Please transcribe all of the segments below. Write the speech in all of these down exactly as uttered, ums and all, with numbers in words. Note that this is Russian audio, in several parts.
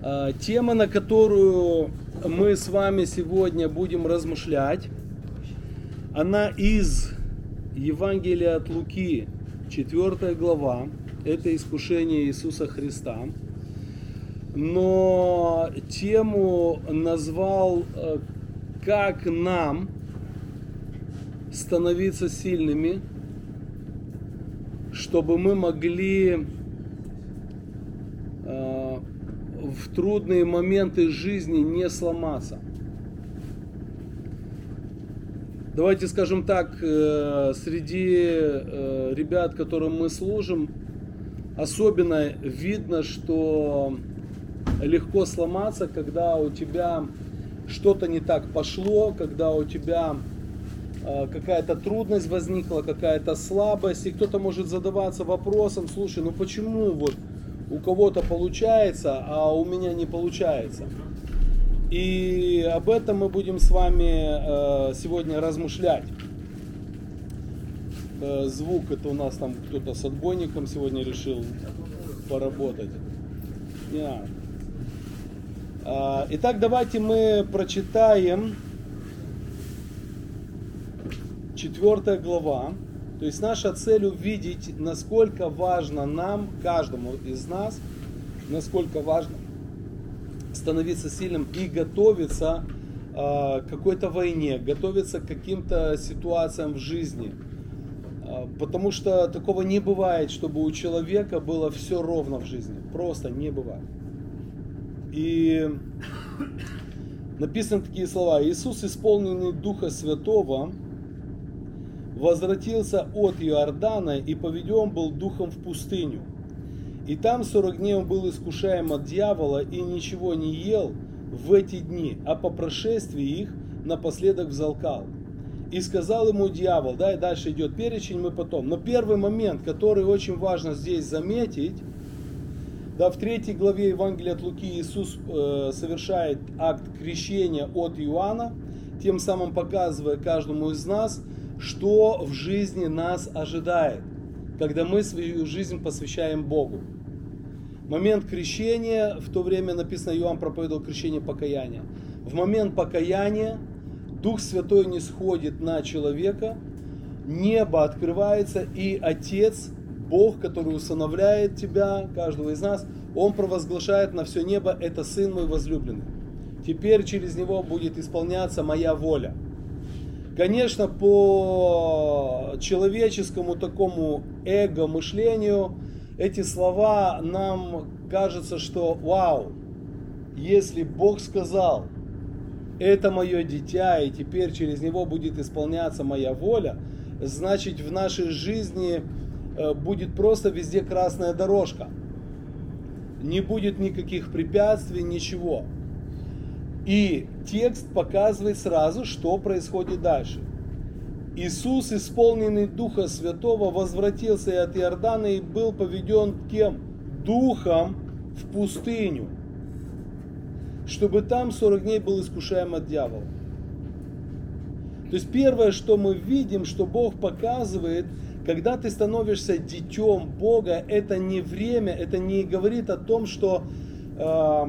Тема, на которую мы с вами сегодня будем размышлять, она из Евангелия от Луки, четвёртая глава, это искушение Иисуса Христа. Но тему назвал «Как нам становиться сильными, чтобы мы могли в трудные моменты жизни не сломаться». Давайте скажем так, среди ребят, которым мы служим, особенно видно, что легко сломаться, когда у тебя что-то не так пошло, когда у тебя какая-то трудность возникла, какая-то слабость, и кто-то может задаваться вопросом: слушай, ну почему вот у кого-то получается, а у меня не получается? И об этом мы будем с вами сегодня размышлять. Звук, это у нас там кто-то с отбойником сегодня решил поработать. Yeah. Итак, давайте мы прочитаем четвёртая глава. То есть наша цель увидеть, насколько важно нам, каждому из нас, насколько важно становиться сильным и готовиться к какой-то войне, готовиться к каким-то ситуациям в жизни. Потому что такого не бывает, чтобы у человека было все ровно в жизни. Просто не бывает. И написаны такие слова: Иисус, исполненный Духа Святого, возвратился от Иордана и поведен был Духом в пустыню. И там сорок дней он был искушаем от дьявола и ничего не ел в эти дни, а по прошествии их напоследок взалкал. И сказал ему дьявол, да, и дальше идет перечень, мы потом. Но первый момент, который очень важно здесь заметить, да, в третьей главе Евангелия от Луки Иисус э, совершает акт крещения от Иоанна, тем самым показывая каждому из нас, что в жизни нас ожидает, когда мы свою жизнь посвящаем Богу. Момент крещения, в то время написано, Иоанн проповедовал крещение покаяния. В момент покаяния Дух Святой не сходит на человека, небо открывается, и Отец, Бог, который усыновляет тебя, каждого из нас, Он провозглашает на все небо: это Сын мой возлюбленный. Теперь через Него будет исполняться моя воля. Конечно, по человеческому такому эго-мышлению эти слова нам кажется, что вау, если Бог сказал, это мое дитя, и теперь через него будет исполняться моя воля, значит в нашей жизни будет просто везде красная дорожка. Не будет никаких препятствий, ничего. И текст показывает сразу, что происходит дальше. Иисус, исполненный Духа Святого, возвратился от Иордана и был поведен кем? Духом в пустыню, чтобы там сорок дней был искушаем от дьявола. То есть первое, что мы видим, что Бог показывает, когда ты становишься детем Бога, это не время, это не говорит о том, что э,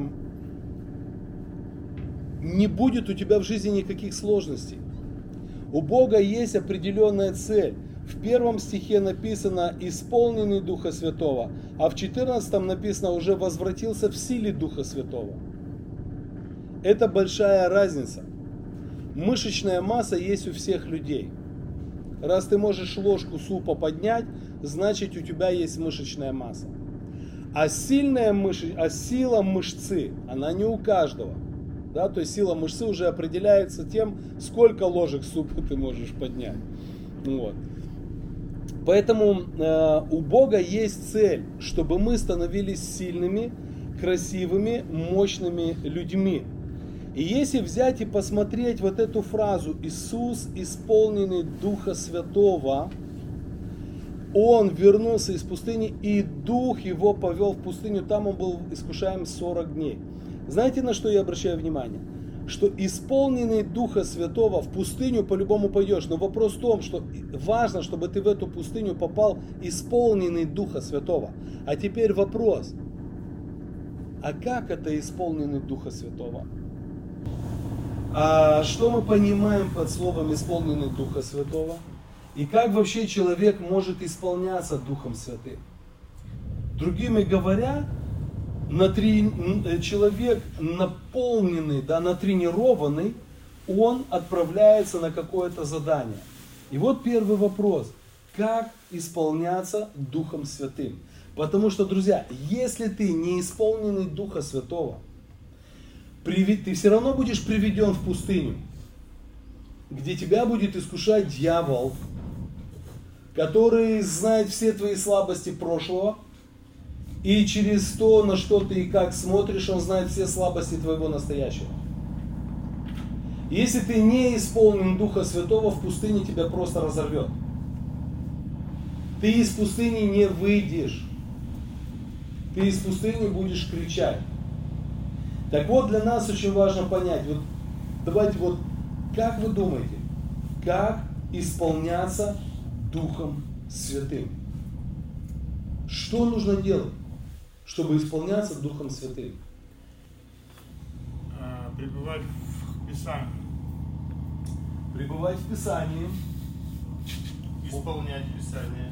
не будет у тебя в жизни никаких сложностей. У Бога есть определенная цель. В первом стихе написано «исполненный Духа Святого», а в четырнадцатом написано «уже возвратился в силе Духа Святого». Это большая разница. Мышечная масса есть у всех людей. Раз ты можешь ложку супа поднять, значит у тебя есть мышечная масса. А, сильная мыш... а сила мышцы, она не у каждого. Да? То есть сила мышцы уже определяется тем, сколько ложек супа ты можешь поднять. Вот. Поэтому э, у Бога есть цель, чтобы мы становились сильными, красивыми, мощными людьми. И если взять и посмотреть вот эту фразу «Иисус, исполненный Духа Святого», Он вернулся из пустыни, и Дух Его повел в пустыню, там Он был искушаем сорок дней. Знаете, на что я обращаю внимание? Что исполненный Духа Святого в пустыню по-любому пойдешь. Но вопрос в том, что важно, чтобы ты в эту пустыню попал исполненный Духа Святого. А теперь вопрос. А как это исполненный Духа Святого? А что мы понимаем под словом исполненный Духа Святого? И как вообще человек может исполняться Духом Святым? Другими говоря, натри... человек наполненный, да, натренированный, он отправляется на какое-то задание. И вот первый вопрос. Как исполняться Духом Святым? Потому что, друзья, если ты не исполненный Духа Святого, ты все равно будешь приведен в пустыню, где тебя будет искушать дьявол, который знает все твои слабости прошлого, и через то, на что ты и как смотришь, он знает все слабости твоего настоящего. Если ты не исполнен Духа Святого, в пустыне тебя просто разорвет. Ты из пустыни не выйдешь. Ты из пустыни будешь кричать. Так вот, для нас очень важно понять, вот давайте вот, как вы думаете, как исполняться Духом Святым? Что нужно делать, чтобы исполняться Духом Святым? Пребывать в Писании. Пребывать в Писании. Исполнять Писание.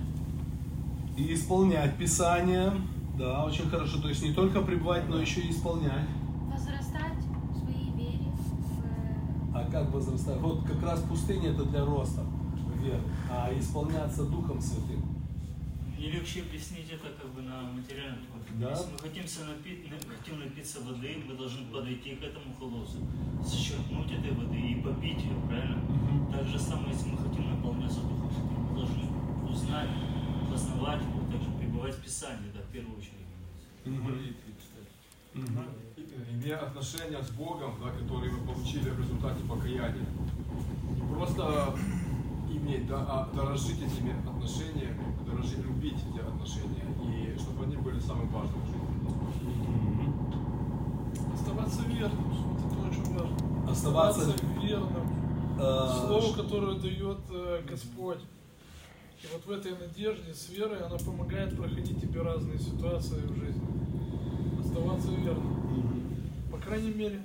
И исполнять Писание. Да, очень хорошо. То есть не только пребывать, но еще и исполнять. Возрастать в своей вере. В... А как возрастать? Вот как раз пустыня это для роста веры. А исполняться Духом Святым. И легче объяснить это как бы на материальном уровне. Да. Если мы хотим, напить, хотим напиться воды, мы должны подойти к этому колодцу, зачерпнуть этой воды и попить ее, правильно? Угу. Так же самое, если мы хотим наполняться Духом Святым, мы должны узнать, познавать его, также пребывать в Писании, да, в первую очередь. Угу. Угу. Имея отношения с Богом, да, которые мы получили в результате покаяния. Не просто иметь, да, а дорожить этими отношениями, дорожить, любить эти отношения, и чтобы они были самым важным в жизни. Оставаться верным, это очень важно. Оставаться верным э... слову, которое дает э, Господь. И вот в этой надежде, с верой, она помогает проходить тебе разные ситуации в жизни. Оставаться верным. По крайней мере.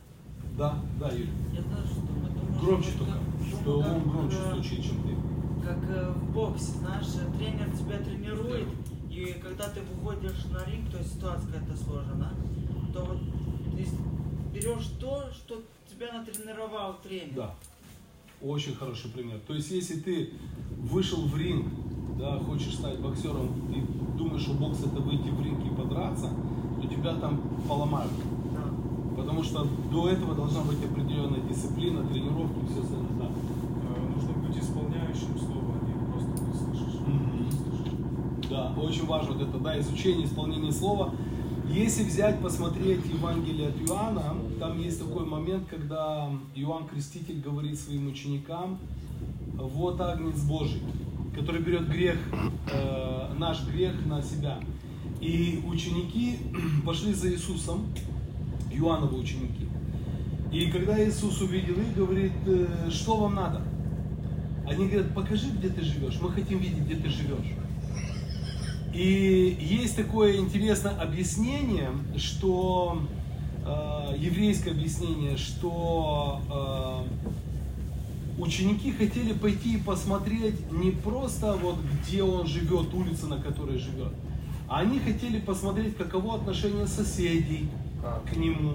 Да, да, Юрий. Я знаю, что мы думаем, Громче что только, как, что как, он громче э, звучит, чем ты. Как э, в боксе, знаешь, тренер тебя тренирует, и когда ты выходишь на ринг, то есть ситуация какая-то сложная, то вот ты берешь то, что тебя натренировал тренер. Да, очень хороший пример. То есть, если ты вышел в ринг, да, хочешь стать боксером, и думаешь, что бокс это выйти в ринг и подраться, то тебя там поломают. Да. Потому что до этого должна быть определенная дисциплина, тренировка и все остальное. Да. Нужно быть исполняющим слово, а не просто не слышишь. Mm-hmm. Да, очень важно вот это, да, изучение, исполнение слова. Если взять, посмотреть Евангелие от Иоанна, там есть такой момент, когда Иоанн Креститель говорит своим ученикам: вот Агнец Божий, который берет грех, э, наш грех на себя. И ученики пошли за Иисусом, Иоанновы ученики. И когда Иисус увидел их, говорит: что вам надо? Они говорят: покажи, где ты живешь, мы хотим видеть, где ты живешь. И есть такое интересное объяснение, что э, еврейское объяснение, что э, ученики хотели пойти и посмотреть не просто вот где он живет, улица, на которой живет, а они хотели посмотреть, каково отношение соседей к нему.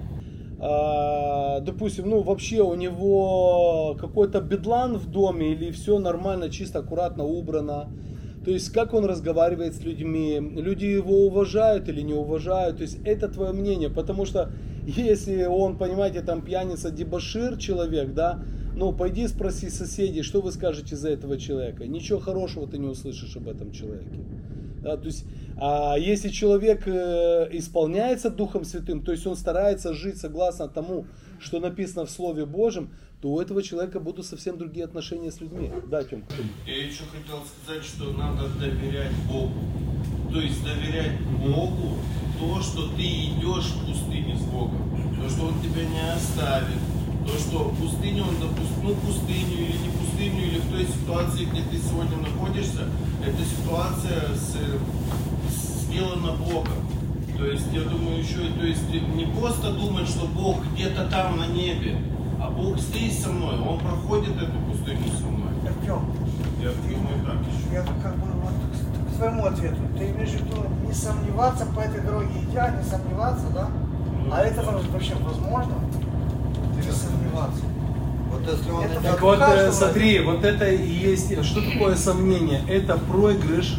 А, допустим, ну вообще у него какой-то бедлан в доме или все нормально, чисто, аккуратно убрано. То есть как он разговаривает с людьми, люди его уважают или не уважают. То есть это твое мнение, потому что если он, понимаете, там пьяница, дебошир человек, да, ну пойди спроси соседей, что вы скажете за этого человека. Ничего хорошего ты не услышишь об этом человеке. Да, то есть, а если человек э, исполняется Духом Святым, то есть он старается жить согласно тому, что написано в Слове Божьем, то у этого человека будут совсем другие отношения с людьми. Да, Тём? Я еще хотел сказать, что надо доверять Богу. То есть доверять Богу то, что ты идешь в пустыне с Богом. То, что Он тебя не оставит. То, что в пустыню Он допустит, ну пустыню или не пустыню, или в той ситуации, где ты сегодня находишься, эта ситуация с, сделана Богом. То То есть, я думаю, еще, то есть, не просто думать, что Бог где-то там на небе, а Бог здесь со мной, Он проходит эту пустыню со мной. Артем, Я думаю, так еще. я как бы вот к, к твоему ответу. Ты имеешь в виду не сомневаться по этой дороге идя, не сомневаться, да? А это вообще возможно? Не сомневаться. Вот если он Это идет- как Так вот, у каждого э, смотри, вот это и есть, что такое сомнение? Это проигрыш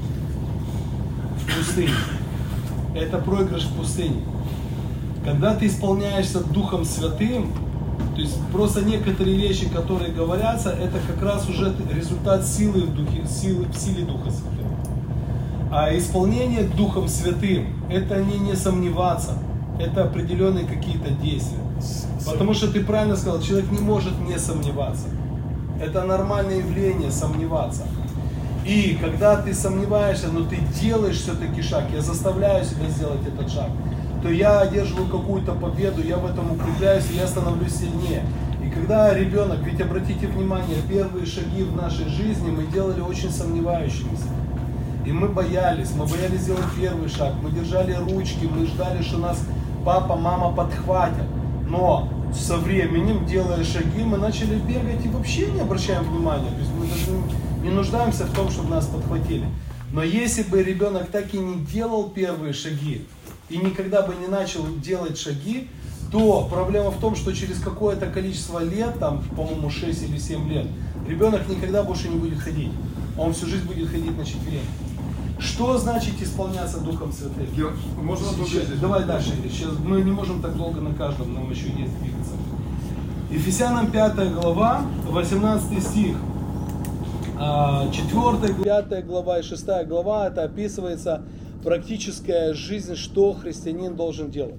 в пустыне. Это проигрыш в пустыне. Когда ты исполняешься Духом Святым, то есть просто некоторые вещи, которые говорятся, это как раз уже результат силы в, духе, силы, в силе Духа Святого. А исполнение Духом Святым, это не, не сомневаться, это определенные какие-то действия. Потому что ты правильно сказал, человек не может не сомневаться. Это нормальное явление сомневаться. И когда ты сомневаешься, но ты делаешь все-таки шаг, я заставляю себя сделать этот шаг, то я одерживаю какую-то победу, я в этом укрепляюсь, и я становлюсь сильнее. И когда ребенок, ведь обратите внимание, первые шаги в нашей жизни мы делали очень сомневающимися. И мы боялись, мы боялись сделать первый шаг, мы держали ручки, мы ждали, что нас папа, мама подхватят. Но со временем, делая шаги, мы начали бегать и вообще не обращаем внимания. То есть мы даже не нуждаемся в том, чтобы нас подхватили. Но если бы ребенок так и не делал первые шаги, и никогда бы не начал делать шаги, то проблема в том, что через какое-то количество лет, там, по-моему, шесть или семь лет, ребенок никогда больше не будет ходить. Он всю жизнь будет ходить на четвереньках. Что значит исполняться Духом Святым? Георг, можно Сейчас- другое здесь? Давай дальше. Сейчас мы не можем так долго на каждом, нам еще есть двигаться. Ефесянам пятая глава, восемнадцатый стих. четвёртая, пятая глава и шестая глава, это описывается практическая жизнь, что христианин должен делать.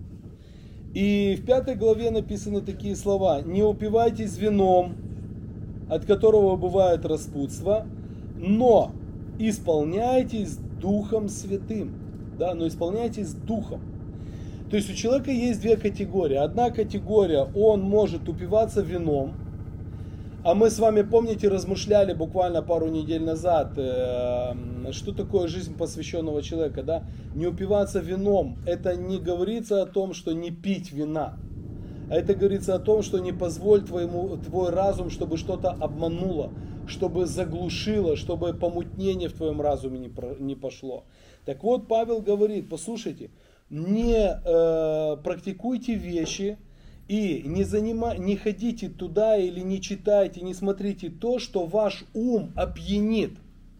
И в пятой главе написаны такие слова: «Не упивайтесь вином, от которого бывает распутство, но исполняйтесь Духом Святым». Да, но исполняйтесь Духом. То есть у человека есть две категории. Одна категория, он может упиваться вином. А мы с вами, помните, размышляли буквально пару недель назад, э, что такое жизнь посвященного человека, да? Не упиваться вином, это не говорится о том, что не пить вина. А это говорится о том, что не позволь твоему, твой разум, чтобы что-то обмануло, чтобы заглушило, чтобы помутнение в твоем разуме не, про, не пошло. Так вот, Павел говорит, послушайте, не э, практикуйте вещи, и не, занима, не ходите туда или не читайте, не смотрите то, что ваш ум опьянит,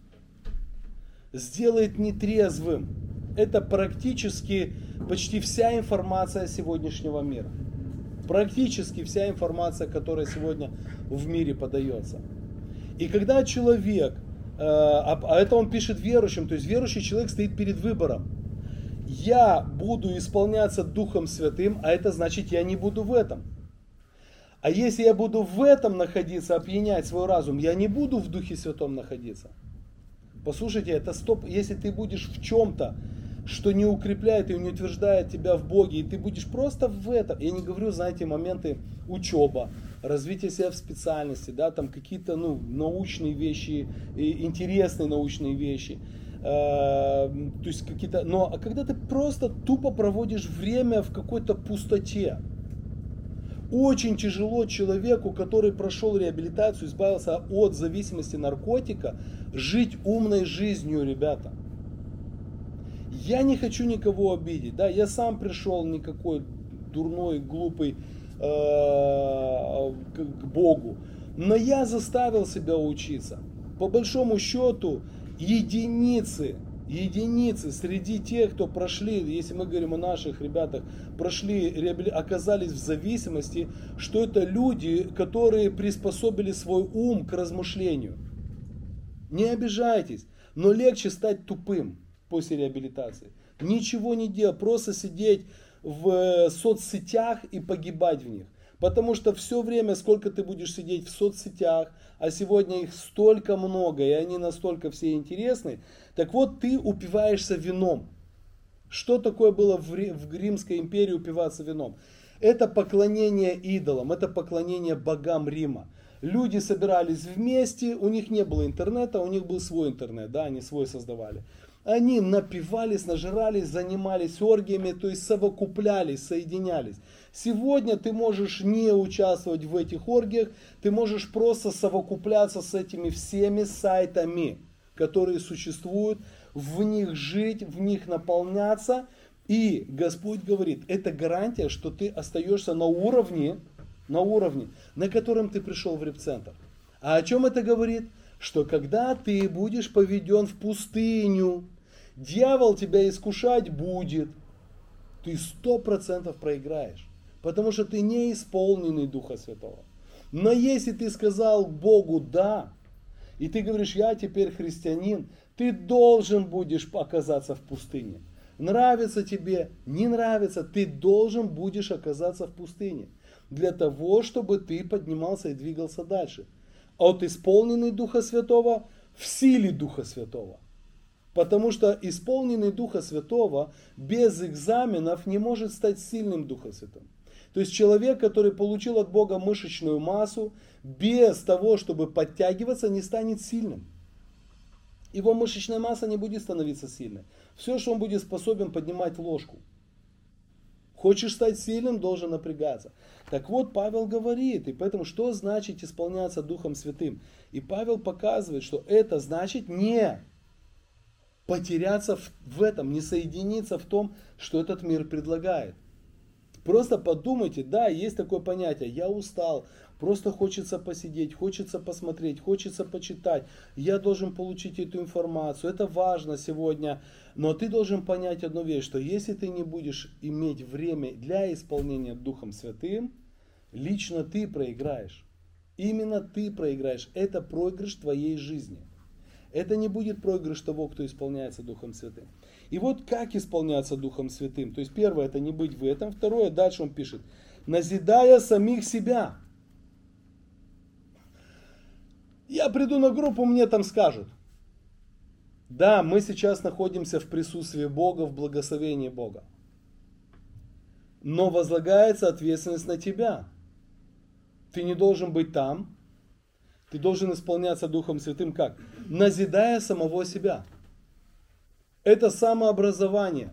сделает нетрезвым. Это практически почти вся информация сегодняшнего мира. Практически вся информация, которая сегодня в мире подается. И когда человек, э, а, а это он пишет верующим, то есть верующий человек стоит перед выбором. Я буду исполняться Духом Святым, а это значит, я не буду в этом. А если я буду в этом находиться, опьянять свой разум, я не буду в Духе Святом находиться. Послушайте, это стоп. Если ты будешь в чем-то, что не укрепляет и не утверждает тебя в Боге, и ты будешь просто в этом, я не говорю, знаете, моменты учеба, развитие себя в специальности, да, там какие-то, ну, научные вещи, интересные научные вещи, то есть какие-то, но а когда ты просто тупо проводишь время в какой-то пустоте, очень тяжело человеку, который прошел реабилитацию, избавился от зависимости наркотика, жить умной жизнью, ребята. Я не хочу никого обидеть, да, я сам пришел никакой дурной, глупый э, к, к Богу, но я заставил себя учиться. По большому счету, единицы, единицы среди тех, кто прошли, если мы говорим о наших ребятах, прошли, оказались в зависимости, что это люди, которые приспособили свой ум к размышлению. Не обижайтесь, но легче стать тупым после реабилитации. Ничего не делать, просто сидеть в соцсетях и погибать в них. Потому что все время, сколько ты будешь сидеть в соцсетях, а сегодня их столько много, и они настолько все интересны, так вот ты упиваешься вином. Что такое было в, в Римской империи упиваться вином? Это поклонение идолам, это поклонение богам Рима. Люди собирались вместе, у них не было интернета, у них был свой интернет, да, они свой создавали. Они напивались, нажирались, занимались оргиями, то есть совокуплялись, соединялись. Сегодня ты можешь не участвовать в этих оргиях, ты можешь просто совокупляться с этими всеми сайтами, которые существуют, в них жить, в них наполняться. И Господь говорит, это гарантия, что ты остаешься на уровне, на уровне, на котором ты пришел в репцентр. А о чем это говорит? Что когда ты будешь поведен в пустыню, дьявол тебя искушать будет, ты сто процентов проиграешь. Потому что ты не исполненный Духа Святого. Но если ты сказал Богу «да», и ты говоришь, я теперь христианин, ты должен будешь оказаться в пустыне. Нравится тебе, не нравится, ты должен будешь оказаться в пустыне. Для того, чтобы ты поднимался и двигался дальше. От исполненный Духа Святого в силе Духа Святого. Потому что исполненный Духа Святого без экзаменов не может стать сильным Духом Святым. То есть человек, который получил от Бога мышечную массу, без того, чтобы подтягиваться, не станет сильным. Его мышечная масса не будет становиться сильной. Все, что он будет способен поднимать ложку. Хочешь стать сильным, должен напрягаться. Так вот, Павел говорит, и поэтому, что значит исполняться Духом Святым? И Павел показывает, что это значит не потеряться в, в этом, не соединиться в том, что этот мир предлагает. Просто подумайте, да, есть такое понятие, я устал, просто хочется посидеть, хочется посмотреть, хочется почитать, я должен получить эту информацию, это важно сегодня, но ты должен понять одну вещь, что если ты не будешь иметь время для исполнения Духом Святым, лично ты проиграешь, именно ты проиграешь, это проигрыш твоей жизни. Это не будет проигрыш того, кто исполняется Духом Святым. И вот как исполняться Духом Святым. То есть первое, это не быть в этом. Второе, дальше он пишет, назидая самих себя. Я приду на группу, мне там скажут. Да, мы сейчас находимся в присутствии Бога, в благословении Бога. Но возлагается ответственность на тебя. Ты не должен быть там. Ты должен исполняться Духом Святым как? Назидая самого себя. Это самообразование.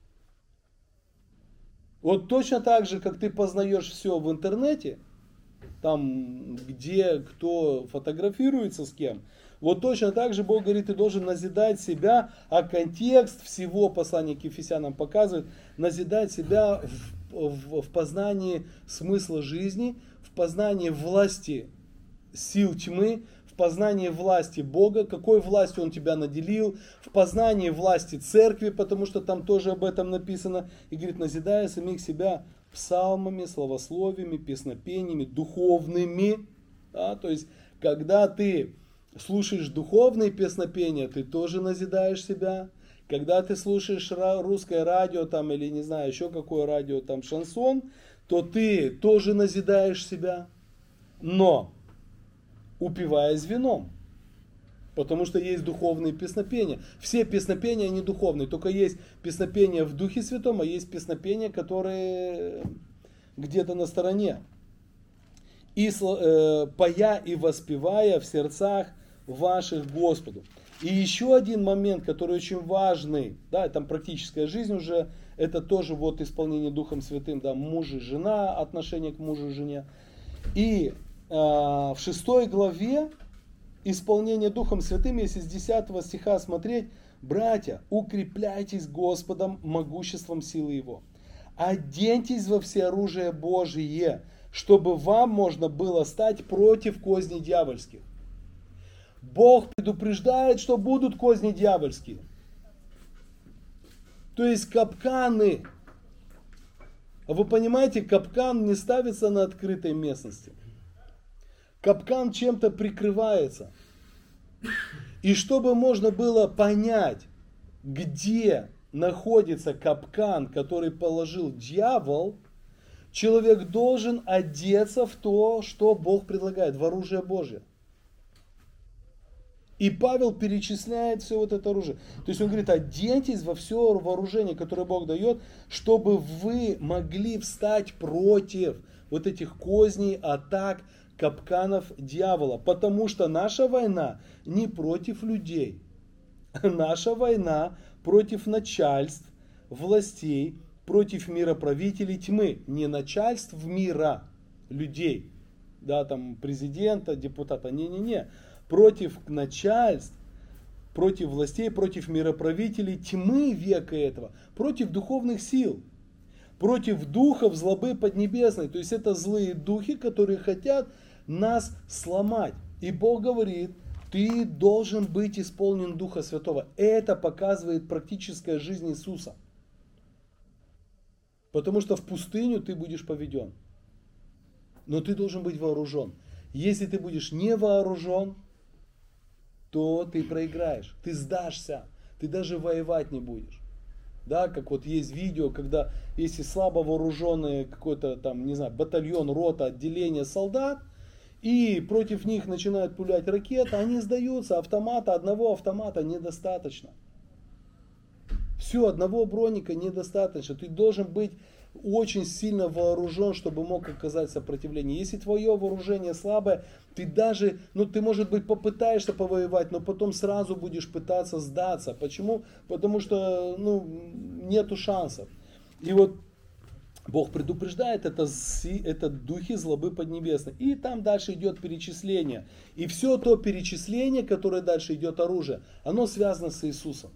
Вот точно так же, как ты познаешь все в интернете, там, где кто фотографируется с кем, вот точно так же Бог говорит, ты должен назидать себя, а контекст всего послания к Ефесянам показывает, назидать себя в, в, в познании смысла жизни, в познании власти сил тьмы, в познании власти Бога, какой властью Он тебя наделил, в познании власти церкви, потому что там тоже об этом написано, и говорит, назидая самих себя псалмами, славословиями, песнопениями, духовными. Да, то есть, когда ты слушаешь духовные песнопения, ты тоже назидаешь себя. Когда ты слушаешь русское радио там, или не знаю, еще какое радио, там шансон, то ты тоже назидаешь себя. Но упиваясь вином. Потому что есть духовные песнопения. Все песнопения, они духовные. Только есть песнопения в Духе Святом, а есть песнопения, которые где-то на стороне. И э, поя и воспевая в сердцах ваших Господу. И еще один момент, который очень важный. Да, там практическая жизнь уже. Это тоже вот исполнение Духом Святым. Да, муж и жена, отношение к мужу и жене. И в шестой главе исполнение Духом Святым, если с десятого стиха смотреть, братья, укрепляйтесь Господом могуществом силы Его. Оденьтесь во всеоружие Божие, чтобы вам можно было стать против козней дьявольских. Бог предупреждает, что будут козни дьявольские. То есть капканы. А вы понимаете, капкан не ставится на открытой местности. Капкан чем-то прикрывается. И чтобы можно было понять, где находится капкан, который положил дьявол, человек должен одеться в то, что Бог предлагает, в оружие Божие. И Павел перечисляет все вот это оружие. То есть он говорит, оденьтесь во все вооружение, которое Бог дает, чтобы вы могли встать против вот этих козней, атак, капканов дьявола. Потому что наша война не против людей, Наша война против начальств, властей, против мироправителей тьмы. Не начальств мира, людей, да, там президента, депутата, не-не-не. Против начальств, против властей, против мироправителей тьмы века этого, против духовных сил, против духов злобы поднебесной. То есть это злые духи, которые хотят нас сломать. И Бог говорит, ты должен быть исполнен Духа Святого. Это показывает практическая жизнь Иисуса. Потому что в пустыню ты будешь поведен. Но ты должен быть вооружен. Если ты будешь не вооружен, то ты проиграешь. Ты сдашься. Ты даже воевать не будешь. Да, как вот есть видео, когда если слабо вооруженный какой-то там, не знаю, батальон, рота, отделение солдат, и против них начинают пулять ракеты, они сдаются. Автомата, одного автомата недостаточно. Все, одного броника недостаточно. Ты должен быть очень сильно вооружен, чтобы мог оказать сопротивление. Если твое вооружение слабое, ты даже, ну ты, может быть, попытаешься повоевать, но потом сразу будешь пытаться сдаться. Почему? Потому что, ну, нету шансов. И вот Бог предупреждает, это, это духи злобы поднебесной. И там дальше идет перечисление. И все то перечисление, которое дальше идет оружие, оно связано с Иисусом.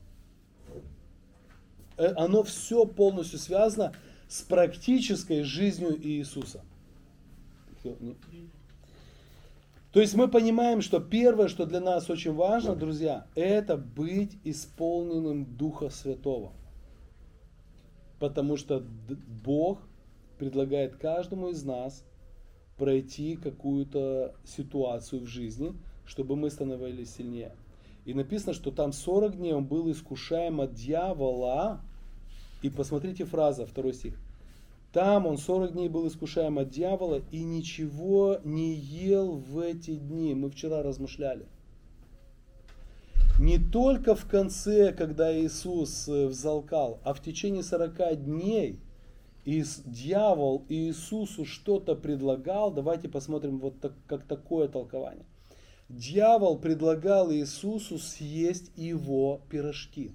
Оно все полностью связано с практической жизнью Иисуса. То есть мы понимаем, что первое, что для нас очень важно, друзья, это быть исполненным Духа Святого. Потому что Бог предлагает каждому из нас пройти какую-то ситуацию в жизни, чтобы мы становились сильнее. И написано, что там сорок дней он был искушаем от дьявола. И посмотрите фраза, второй стих. Там он сорок дней был искушаем от дьявола и ничего не ел в эти дни. Мы вчера размышляли. Не только в конце, когда Иисус взалкал, а в течение сорока дней дьявол Иисусу что-то предлагал. Давайте посмотрим вот так, как такое толкование. Дьявол предлагал Иисусу съесть его пирожки.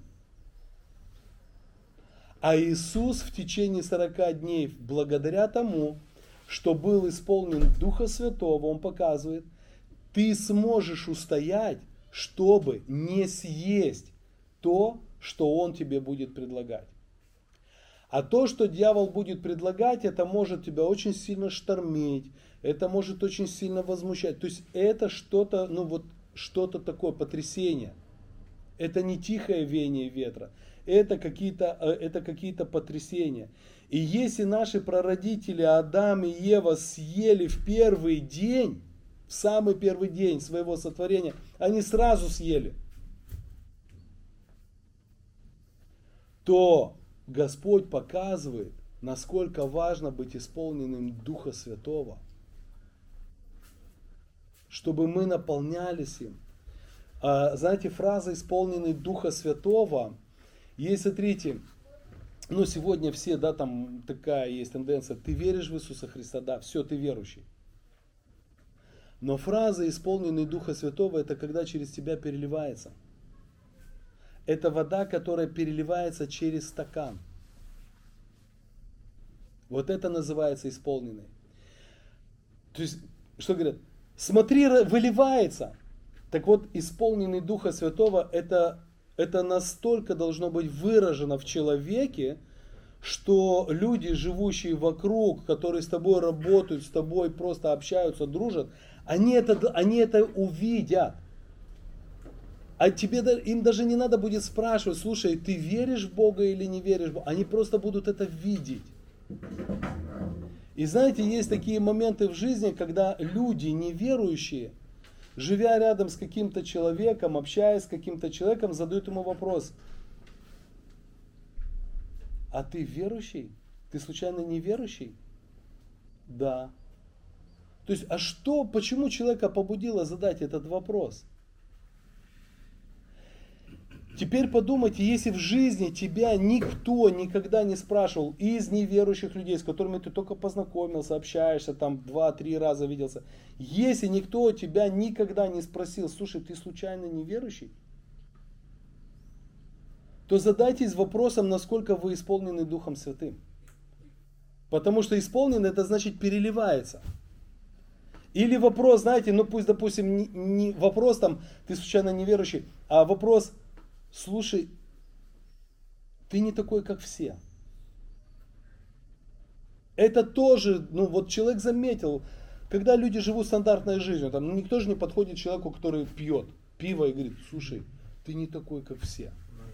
А Иисус в течение сорока дней, благодаря тому, что был исполнен Духа Святого, Он показывает, ты сможешь устоять, чтобы не съесть то, что Он тебе будет предлагать. А то, что дьявол будет предлагать, это может тебя очень сильно штормить, это может очень сильно возмущать. То есть это что-то, ну вот что-то такое, потрясение. Это не тихое веяние ветра, это какие-то, это какие-то потрясения. И если наши прародители Адам и Ева съели в первый день, в самый первый день своего сотворения, они сразу съели, то Господь показывает, насколько важно быть исполненным Духа Святого, чтобы мы наполнялись им. А, знаете, фраза «исполненный Духа Святого», есть, смотрите, ну сегодня все, да, там такая есть тенденция, ты веришь в Иисуса Христа, да, все, ты верующий. Но фраза «исполненный Духа Святого» это когда через тебя переливается. Это вода, которая переливается через стакан. Вот это называется исполненный. То есть, что говорят? Смотри, выливается. Так вот, исполненный Духа Святого, это, это настолько должно быть выражено в человеке, что люди, живущие вокруг, которые с тобой работают, с тобой просто общаются, дружат, они это, они это увидят. А тебе, им даже не надо будет спрашивать, слушай, ты веришь в Бога или не веришь в Бога? Они просто будут это видеть. И знаете, есть такие моменты в жизни, когда люди неверующие, живя рядом с каким-то человеком, общаясь с каким-то человеком, задают ему вопрос. А ты верующий? Ты случайно не верующий? Да. То есть, а что, почему человека побудило задать этот вопрос? Теперь подумайте, если в жизни тебя никто никогда не спрашивал из неверующих людей, с которыми ты только познакомился, общаешься, там два-три раза виделся, если никто тебя никогда не спросил, слушай, ты случайно неверующий? то задайтесь вопросом, насколько вы исполнены Духом Святым. Потому что исполнен, это значит переливается. Или вопрос, знаете, ну пусть, допустим, не, не вопрос там, ты случайно неверующий, а вопрос, слушай, ты не такой, как все. Это тоже, ну вот человек заметил, когда люди живут стандартной жизнью, там никто же не подходит к человеку, который пьет пиво и говорит, слушай, ты не такой, как все.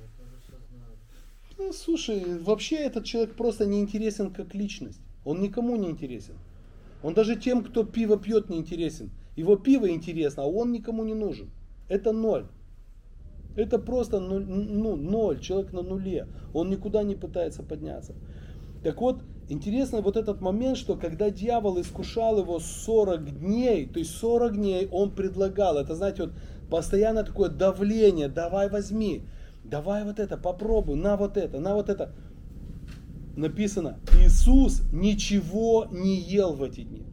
Ну, слушай, вообще этот человек просто не интересен как личность. Он никому не интересен. Он даже тем, кто пиво пьет, не интересен. Его пиво интересно, а он никому не нужен. Это ноль. Это просто ну, ну, ноль. Человек на нуле. Он никуда не пытается подняться. Так вот, интересно вот этот момент, что когда дьявол искушал его сорок дней, то есть сорок дней он предлагал, это знаете, вот постоянно такое давление, давай возьми, давай вот это, попробуй, на вот это, на вот это. Написано, Иисус ничего не ел в эти дни.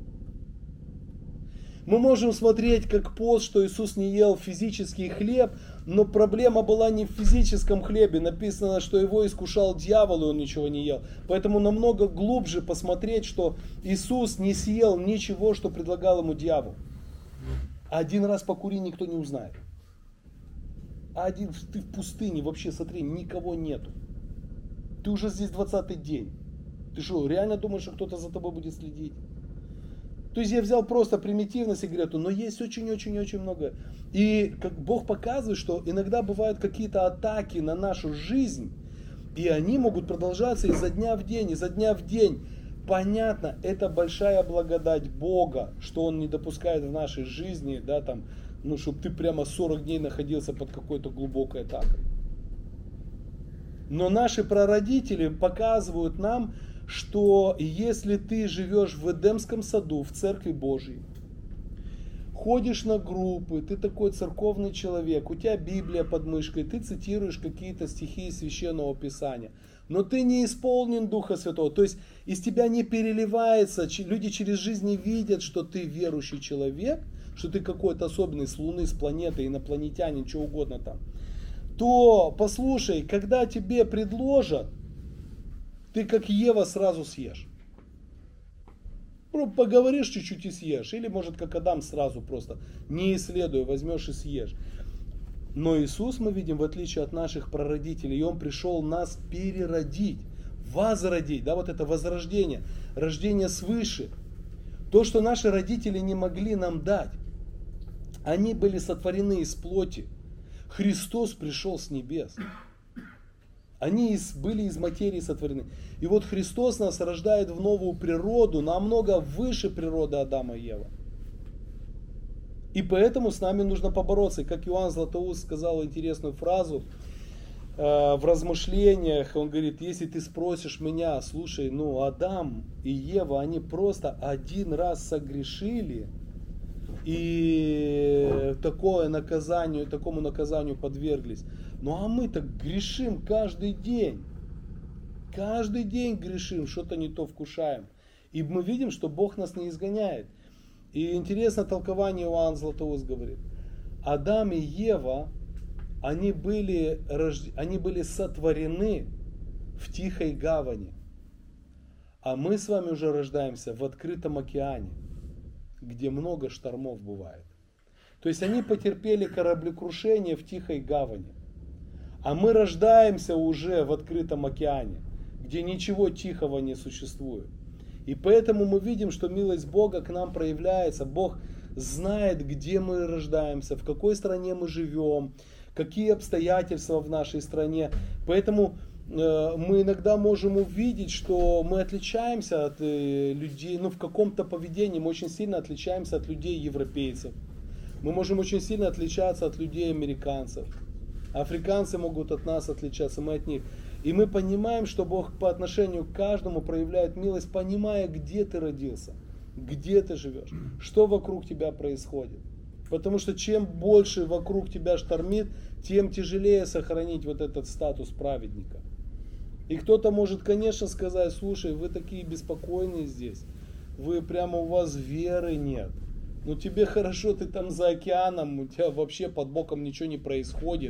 Мы можем смотреть как пост, что Иисус не ел физический хлеб, но проблема была не в физическом хлебе. Написано, что его искушал дьявол, и он ничего не ел. Поэтому намного глубже посмотреть, что Иисус не съел ничего, что предлагал ему дьявол. Один раз покури, никто не узнает. А один ты в пустыне, вообще смотри, никого нету. Ты уже здесь двадцатый день. Ты что, реально думаешь, что кто-то за тобой будет следить? То есть я взял просто примитивно сигарету, но есть очень-очень-очень много. И как Бог показывает, что иногда бывают какие-то атаки на нашу жизнь, и они могут продолжаться изо дня в день, изо дня в день. Понятно, это большая благодать Бога, что Он не допускает в нашей жизни, да, там, ну, чтобы ты прямо сорок дней находился под какой-то глубокой атакой. Но наши прародители показывают нам, что если ты живешь в Эдемском саду, в Церкви Божьей, ходишь на группы, ты такой церковный человек, у тебя Библия под мышкой, ты цитируешь какие-то стихи из Священного Писания, но ты не исполнен Духа Святого, то есть из тебя не переливается, люди через жизнь не видят, что ты верующий человек, что ты какой-то особенный с Луны, с планеты, инопланетянин, что угодно там, то послушай, когда тебе предложат, ты как Ева сразу съешь. Ну, поговоришь чуть-чуть и съешь. Или может как Адам сразу просто, не исследуя, возьмешь и съешь. Но Иисус, мы видим, в отличие от наших прародителей, Он пришел нас переродить, возродить. Да, вот это возрождение, рождение свыше. То, что наши родители не могли нам дать. Они были сотворены из плоти. Христос пришел с небес. Они из, были из материи сотворены. И вот Христос нас рождает в новую природу, намного выше природы Адама и Евы. И поэтому с нами нужно побороться. И как Иоанн Златоуст сказал интересную фразу э, в размышлениях, он говорит, если ты спросишь меня, слушай, ну Адам и Ева, они просто один раз согрешили, и такое наказанию, такому наказанию подверглись. Ну а мы так грешим каждый день. Каждый день грешим, что-то не то вкушаем. И мы видим, что Бог нас не изгоняет. И интересно толкование Иоанн Златоуст говорит. Адам и Ева, они были, они были сотворены в тихой гавани. А мы с вами уже рождаемся в открытом океане, где много штормов бывает. То есть они потерпели кораблекрушение в тихой гавани. А мы рождаемся уже в открытом океане, где ничего тихого не существует. И поэтому мы видим, что милость Бога к нам проявляется. Бог знает, где мы рождаемся, в какой стране мы живем, какие обстоятельства в нашей стране. Поэтому э, мы иногда можем увидеть, что мы отличаемся от э, людей, ну в каком-то поведении мы очень сильно отличаемся от людей европейцев. Мы можем очень сильно отличаться от людей американцев. Африканцы могут от нас отличаться, мы от них. И мы понимаем, что Бог по отношению к каждому проявляет милость, понимая, где ты родился, где ты живешь, что вокруг тебя происходит. Потому что чем больше вокруг тебя штормит, тем тяжелее сохранить вот этот статус праведника. И кто-то может, конечно, сказать, слушай, вы такие беспокойные здесь, вы прямо у вас веры нет. Ну тебе хорошо, ты там за океаном, у тебя вообще под боком ничего не происходит.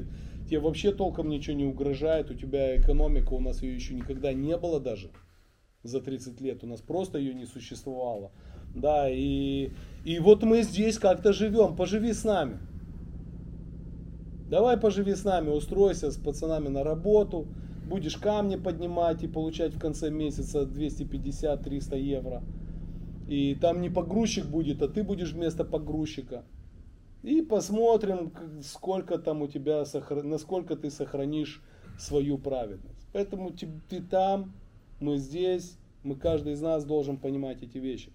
тебе вообще толком ничего не угрожает, у тебя экономика, у нас ее еще никогда не было даже за тридцать лет, у нас просто ее не существовало. Да, и, и вот мы здесь как-то живем, поживи с нами. Давай поживи с нами, устройся с пацанами на работу, будешь камни поднимать и получать в конце месяца двести пятьдесят - триста евро. И там не погрузчик будет, а ты будешь вместо погрузчика. И посмотрим, сколько там у тебя, насколько ты сохранишь свою праведность. Поэтому ты, ты там, мы здесь, мы, каждый из нас должен понимать эти вещи.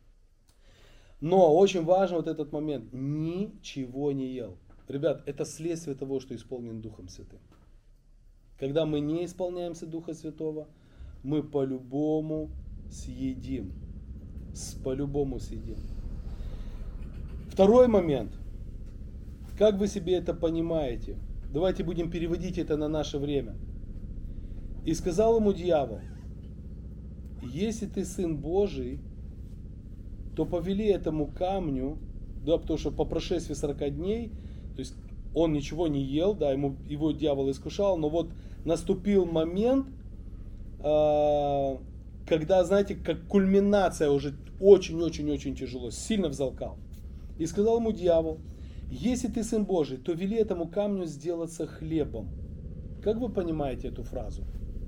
Но очень важен вот этот момент. Ничего не ел. Ребят, это следствие того, что исполнен Духом Святым. Когда мы не исполняемся Духа Святого, мы по-любому съедим. По-любому съедим. Второй момент. Как вы себе это понимаете? Давайте будем переводить это на наше время. И сказал ему дьявол: если ты Сын Божий, то повели этому камню, да, потому что по прошествии сорока дней, то есть он ничего не ел, да, ему, его дьявол искушал, но вот наступил момент, э, когда, знаете, как кульминация уже очень-очень-очень тяжело, сильно взалкал. И сказал ему дьявол: если ты Сын Божий, то вели этому камню сделаться хлебом. Как вы понимаете эту фразу?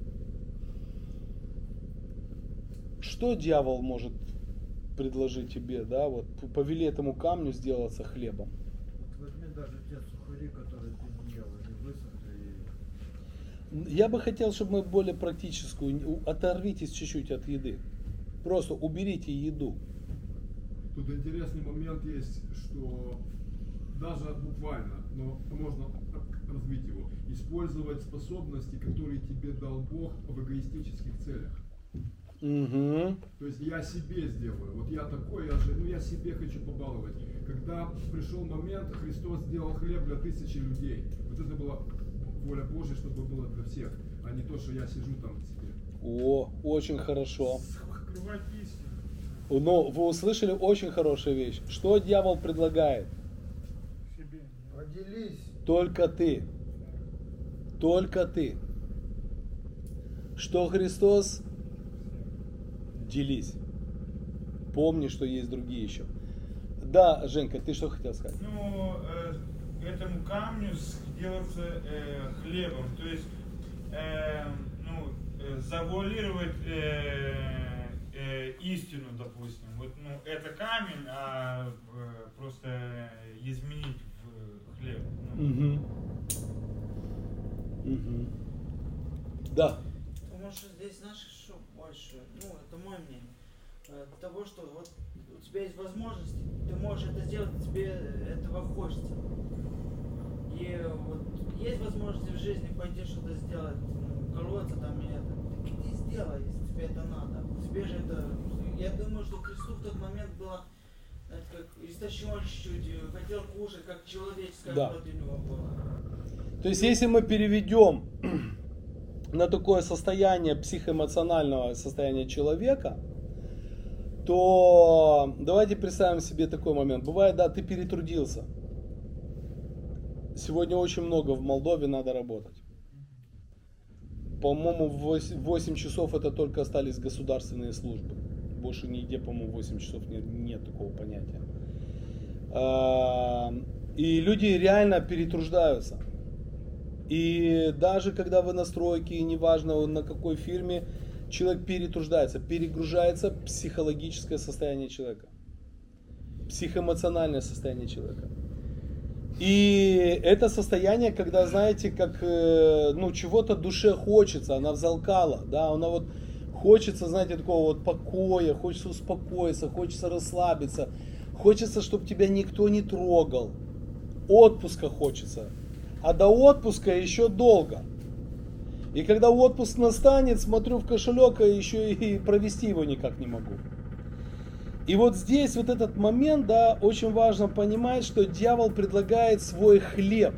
Что дьявол может предложить тебе, да, вот повели этому камню сделаться хлебом? Возьми даже те сухари, которые ты не ел, они высохли. Я бы хотел, чтобы мы более практическую, оторвитесь чуть-чуть от еды. Просто уберите еду. Тут интересный момент есть, что даже буквально, но можно развить его, использовать способности, которые тебе дал Бог в эгоистических целях. Угу. То есть я себе сделаю, вот я такой, я же, ну я себе хочу побаловать. Когда пришел момент, Христос сделал хлеб для тысячи людей. Вот это была воля Божья, чтобы было для всех, а не то, что я сижу там себе. О, очень хорошо. Открывать истину. Но вы услышали очень хорошую вещь. Что дьявол предлагает? Себе. Поделись. Только ты. Только ты. Что Христос? Делись. Помни, что есть другие еще. Да, Женька, ты что хотел сказать? Ну, э, этому камню сделаться э, хлебом, то есть э, ну, э, завуалировать э, э, истину, допустим. Вот, ну, это камень, а э, просто изменить в хлеб. Ну. Угу. Угу. Да. Потому что здесь, знаешь, что больше, ну, это мое мнение, того, что вот у тебя есть возможность, ты можешь это сделать, тебе этого хочется. И вот есть возможность в жизни пойти что-то сделать, ну, колоться там и это, так иди сделай, если тебе это надо. Тебе же это, я думаю, что Христу в тот момент было, знаете, как истощен чуть-чуть, хотел кушать, как человеческое Да. против него было. То есть, если мы переведем на такое состояние психоэмоционального состояния человека, то давайте представим себе такой момент. Бывает, да, ты перетрудился. Сегодня очень много в Молдове надо работать. По-моему, в восемь часов это только остались государственные службы. Больше нигде, по-моему, восемь часов нет, нет такого понятия. И люди реально перетруждаются. И даже когда вы на стройке, неважно на какой фирме, человек перетруждается, перегружается психологическое состояние человека, психоэмоциональное состояние человека. И это состояние, когда, знаете, как, ну, чего-то душе хочется, она взалкала, да, она вот хочется, знаете, такого вот покоя, хочется успокоиться, хочется расслабиться, хочется, чтобы тебя никто не трогал, отпуска хочется. А до отпуска еще долго. И когда отпуск настанет, смотрю в кошелек, а еще и провести его никак не могу. И вот здесь вот этот момент, да, очень важно понимать, что дьявол предлагает свой хлеб.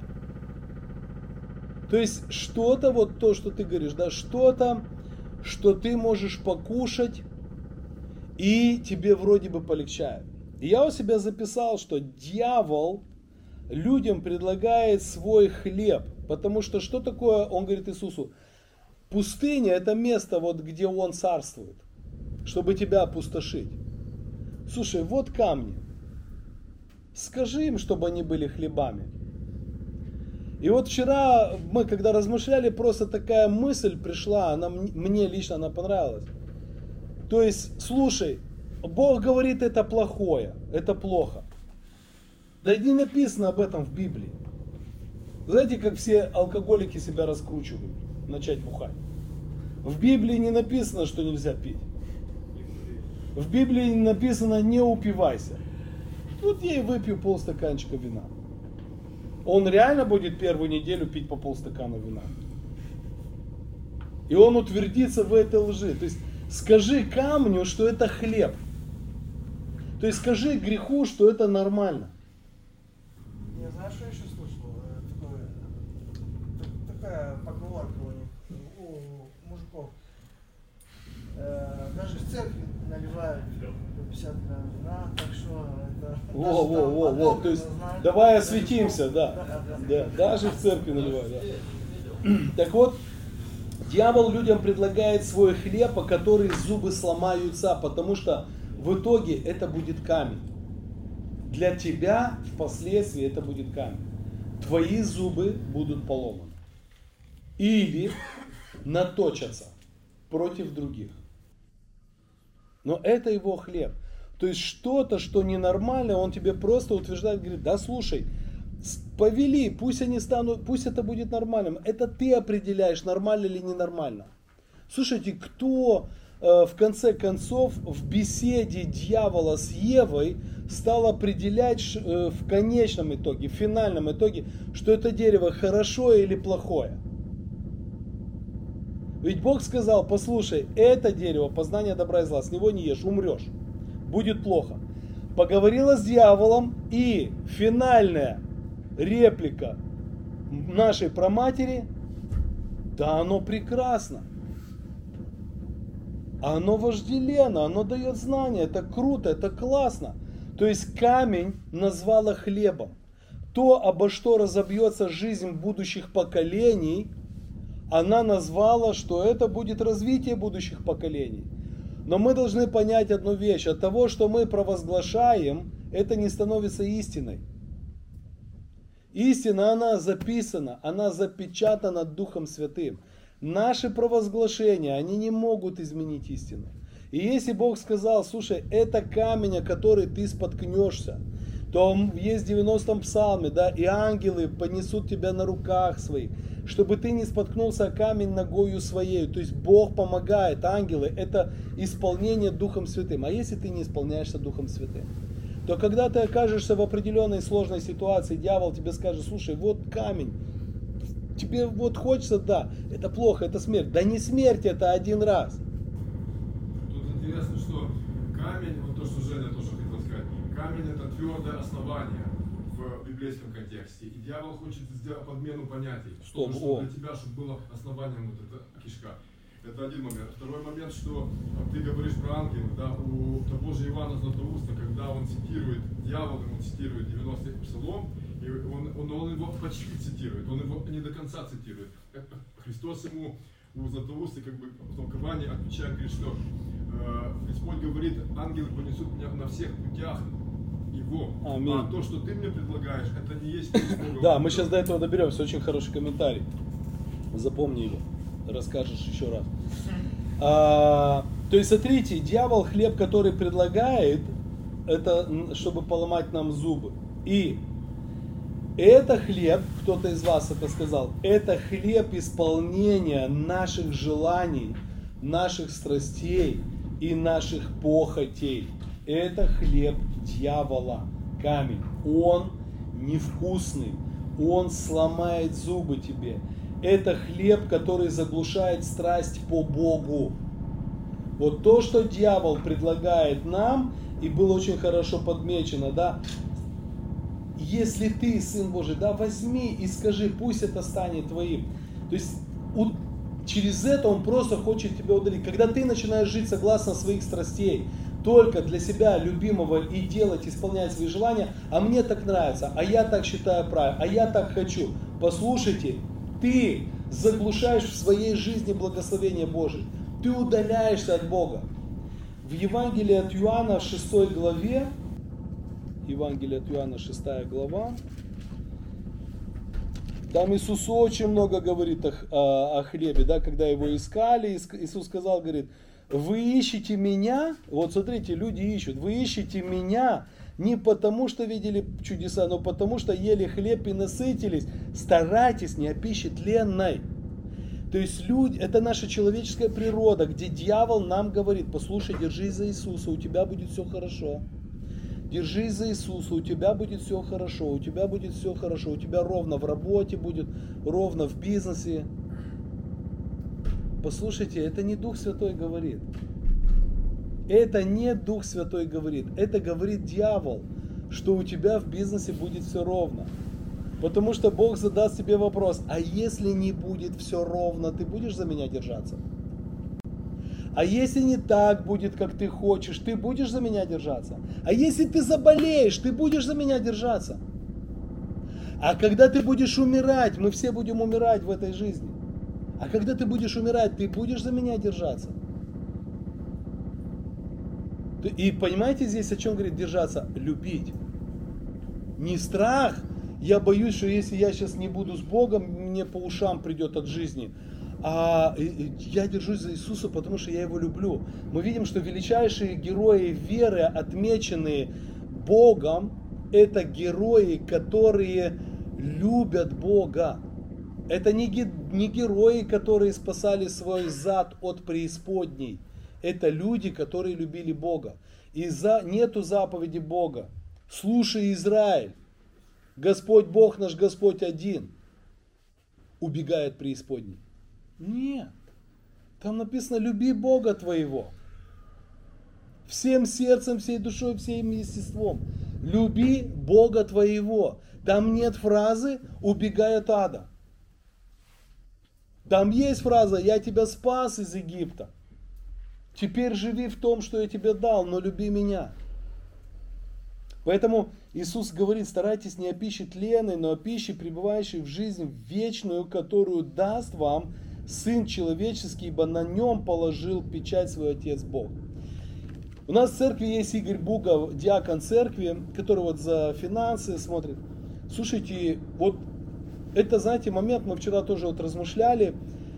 То есть что-то, вот то, что ты говоришь, да, что-то, что ты можешь покушать, и тебе вроде бы полегчает. И я у себя записал, что дьявол людям предлагает свой хлеб, Потому что что такое, он говорит Иисусу, пустыня это место, вот, где он царствует, чтобы тебя опустошить. Слушай, вот камни. Скажи им, чтобы они были хлебами. И вот вчера мы, когда размышляли, просто такая мысль пришла, она мне лично она понравилась. То есть, слушай, Бог говорит, это плохое, это плохо. Да не написано об этом в Библии. Знаете, как все алкоголики себя раскручивают, начать бухать. В Библии не написано, что нельзя пить. В Библии не написано, не упивайся. Вот я и выпью полстаканчика вина. Он реально будет первую неделю пить по полстакана вина. И он утвердится в этой лжи. То есть скажи камню, что это хлеб. То есть скажи греху, что это нормально. Я знаю, что еще слышал? Такое, такая поговорка у них, у мужиков. Даже в церкви наливают пятьдесят грамм вина, так что это... Во, во, во, во. То есть давай осветимся, да. Да, да. Да, даже в церкви наливают. Да. Так вот, дьявол людям предлагает свой хлеб, о который зубы сломаются, потому что в итоге это будет камень. Для тебя впоследствии это будет камень. Твои зубы будут поломаны. Или наточатся против других. Но это его хлеб. То есть что-то, что ненормально, он тебе просто утверждает, говорит, да слушай, повели, пусть они станут, пусть это будет нормальным. Это ты определяешь, нормально или ненормально. Слушайте, кто э, в конце концов в беседе дьявола с Евой стал определять э, в конечном итоге, в финальном итоге, что это дерево хорошее или плохое? Ведь Бог сказал, послушай, это дерево, познание добра и зла, с него не ешь, умрешь, будет плохо. Поговорила с дьяволом, и финальная реплика нашей праматери, да оно прекрасно, оно вожделенно, оно дает знания, это круто, это классно. То есть камень назвала хлебом. То, обо что разобьется жизнь будущих поколений, она назвала, что это будет развитие будущих поколений. Но мы должны понять одну вещь. От того, что мы провозглашаем, это не становится истиной. Истина, она записана, она запечатана Духом Святым. Наши провозглашения, они не могут изменить истину. И если Бог сказал, слушай, это камень, о который ты споткнешься, то есть в девяностом псалме, да, и ангелы понесут тебя на руках своих, чтобы ты не споткнулся о камень ногою своей. То есть Бог помогает, ангелы, это исполнение Духом Святым. А если ты не исполняешься Духом Святым, то когда ты окажешься в определенной сложной ситуации, дьявол тебе скажет, слушай, вот камень, тебе вот хочется, да, это плохо, это смерть. Да не смерть, это один раз. Тут интересно, что камень, вот то, что Женя тоже хотел сказать, камень это твердое основание в библейском контексте. И дьявол хочет сделать подмену понятий. Стоп, чтобы, о. для тебя, чтобы было основанием вот эта кишка. Это один момент. Второй момент, что ты говоришь про ангелов, да, у того же Иоанна Златоуста, когда он цитирует, дьявол ему цитирует девяностый псалом, и он, он, он его почти цитирует, он его не до конца цитирует. Христос ему у Златоуста как бы в толковании отвечает, говорит, что э, Господь говорит, ангелы понесут меня на всех путях его. Аминь. А то, что ты мне предлагаешь, это не есть путь Бога. Да, мы сейчас до этого доберемся. Очень хороший комментарий. Запомни его. Расскажешь еще раз. А, то есть, смотрите, дьявол хлеб, который предлагает, это чтобы поломать нам зубы. И это хлеб, кто-то из вас это сказал, это хлеб исполнения наших желаний, наших страстей и наших похотей. Это хлеб дьявола, камень. Он невкусный, он сломает зубы тебе. Это хлеб, который заглушает страсть по Богу. Вот то, что дьявол предлагает нам, и было очень хорошо подмечено, да, если ты, Сын Божий, да, возьми и скажи, пусть это станет твоим. То есть у, через это он просто хочет тебя удалить. Когда ты начинаешь жить согласно своих страстей, только для себя любимого и делать, исполнять свои желания, а мне так нравится, а я так считаю правильно, а я так хочу. Послушайте, ты заглушаешь в своей жизни благословение Божие. Ты удаляешься от Бога. В Евангелии от Иоанна, в шестой главе, Евангелие от Иоанна, шестая глава, там Иисус очень много говорит о, о, о хлебе, да, когда его искали, Иисус сказал, говорит, вы ищете меня, вот смотрите, люди ищут, вы ищете меня не потому, что видели чудеса, но потому, что ели хлеб и насытились. Старайтесь не о пище тленной. То есть люди, это наша человеческая природа, где дьявол нам говорит, послушай, держись за Иисуса, у тебя будет все хорошо. Держись за Иисуса, у тебя будет все хорошо, у тебя будет все хорошо, у тебя ровно в работе будет, ровно в бизнесе. Послушайте, это не Дух Святой говорит. Это не Дух Святой говорит. Это говорит дьявол, что у тебя в бизнесе будет все ровно. Потому что Бог задаст тебе вопрос, а если не будет все ровно, ты будешь за меня держаться? А если не так будет, как ты хочешь, ты будешь за меня держаться? А если ты заболеешь, ты будешь за меня держаться? А когда ты будешь умирать, мы все будем умирать в этой жизни. А когда ты будешь умирать, ты будешь за меня держаться? И понимаете здесь, о чем говорит держаться? Любить. Не страх. Я боюсь, что если я сейчас не буду с Богом, мне по ушам придет от жизни. А я держусь за Иисуса, потому что я Его люблю. Мы видим, что величайшие герои веры, отмеченные Богом, это герои, которые любят Бога. Это не, не герои, которые спасали свой зад от преисподней. Это люди, которые любили Бога. И за, нету заповеди Бога. Слушай, Израиль, Господь Бог наш, Господь один. Убегает преисподней. Нет. Там написано, люби Бога твоего. Всем сердцем, всей душой, всем естеством. Люби Бога твоего. Там нет фразы «убегай от ада». Там есть фраза «я тебя спас из Египта». Теперь живи в том, что я тебе дал, но люби меня. Поэтому Иисус говорит, старайтесь не о пище тленной, но о пище, пребывающей в жизнь вечную, которую даст вам Сын Человеческий, ибо на нем положил печать свой Отец Бог. У нас в церкви есть Игорь Бугов, диакон церкви, который вот за финансы смотрит. Слушайте, вот это, знаете, момент, мы вчера тоже вот размышляли,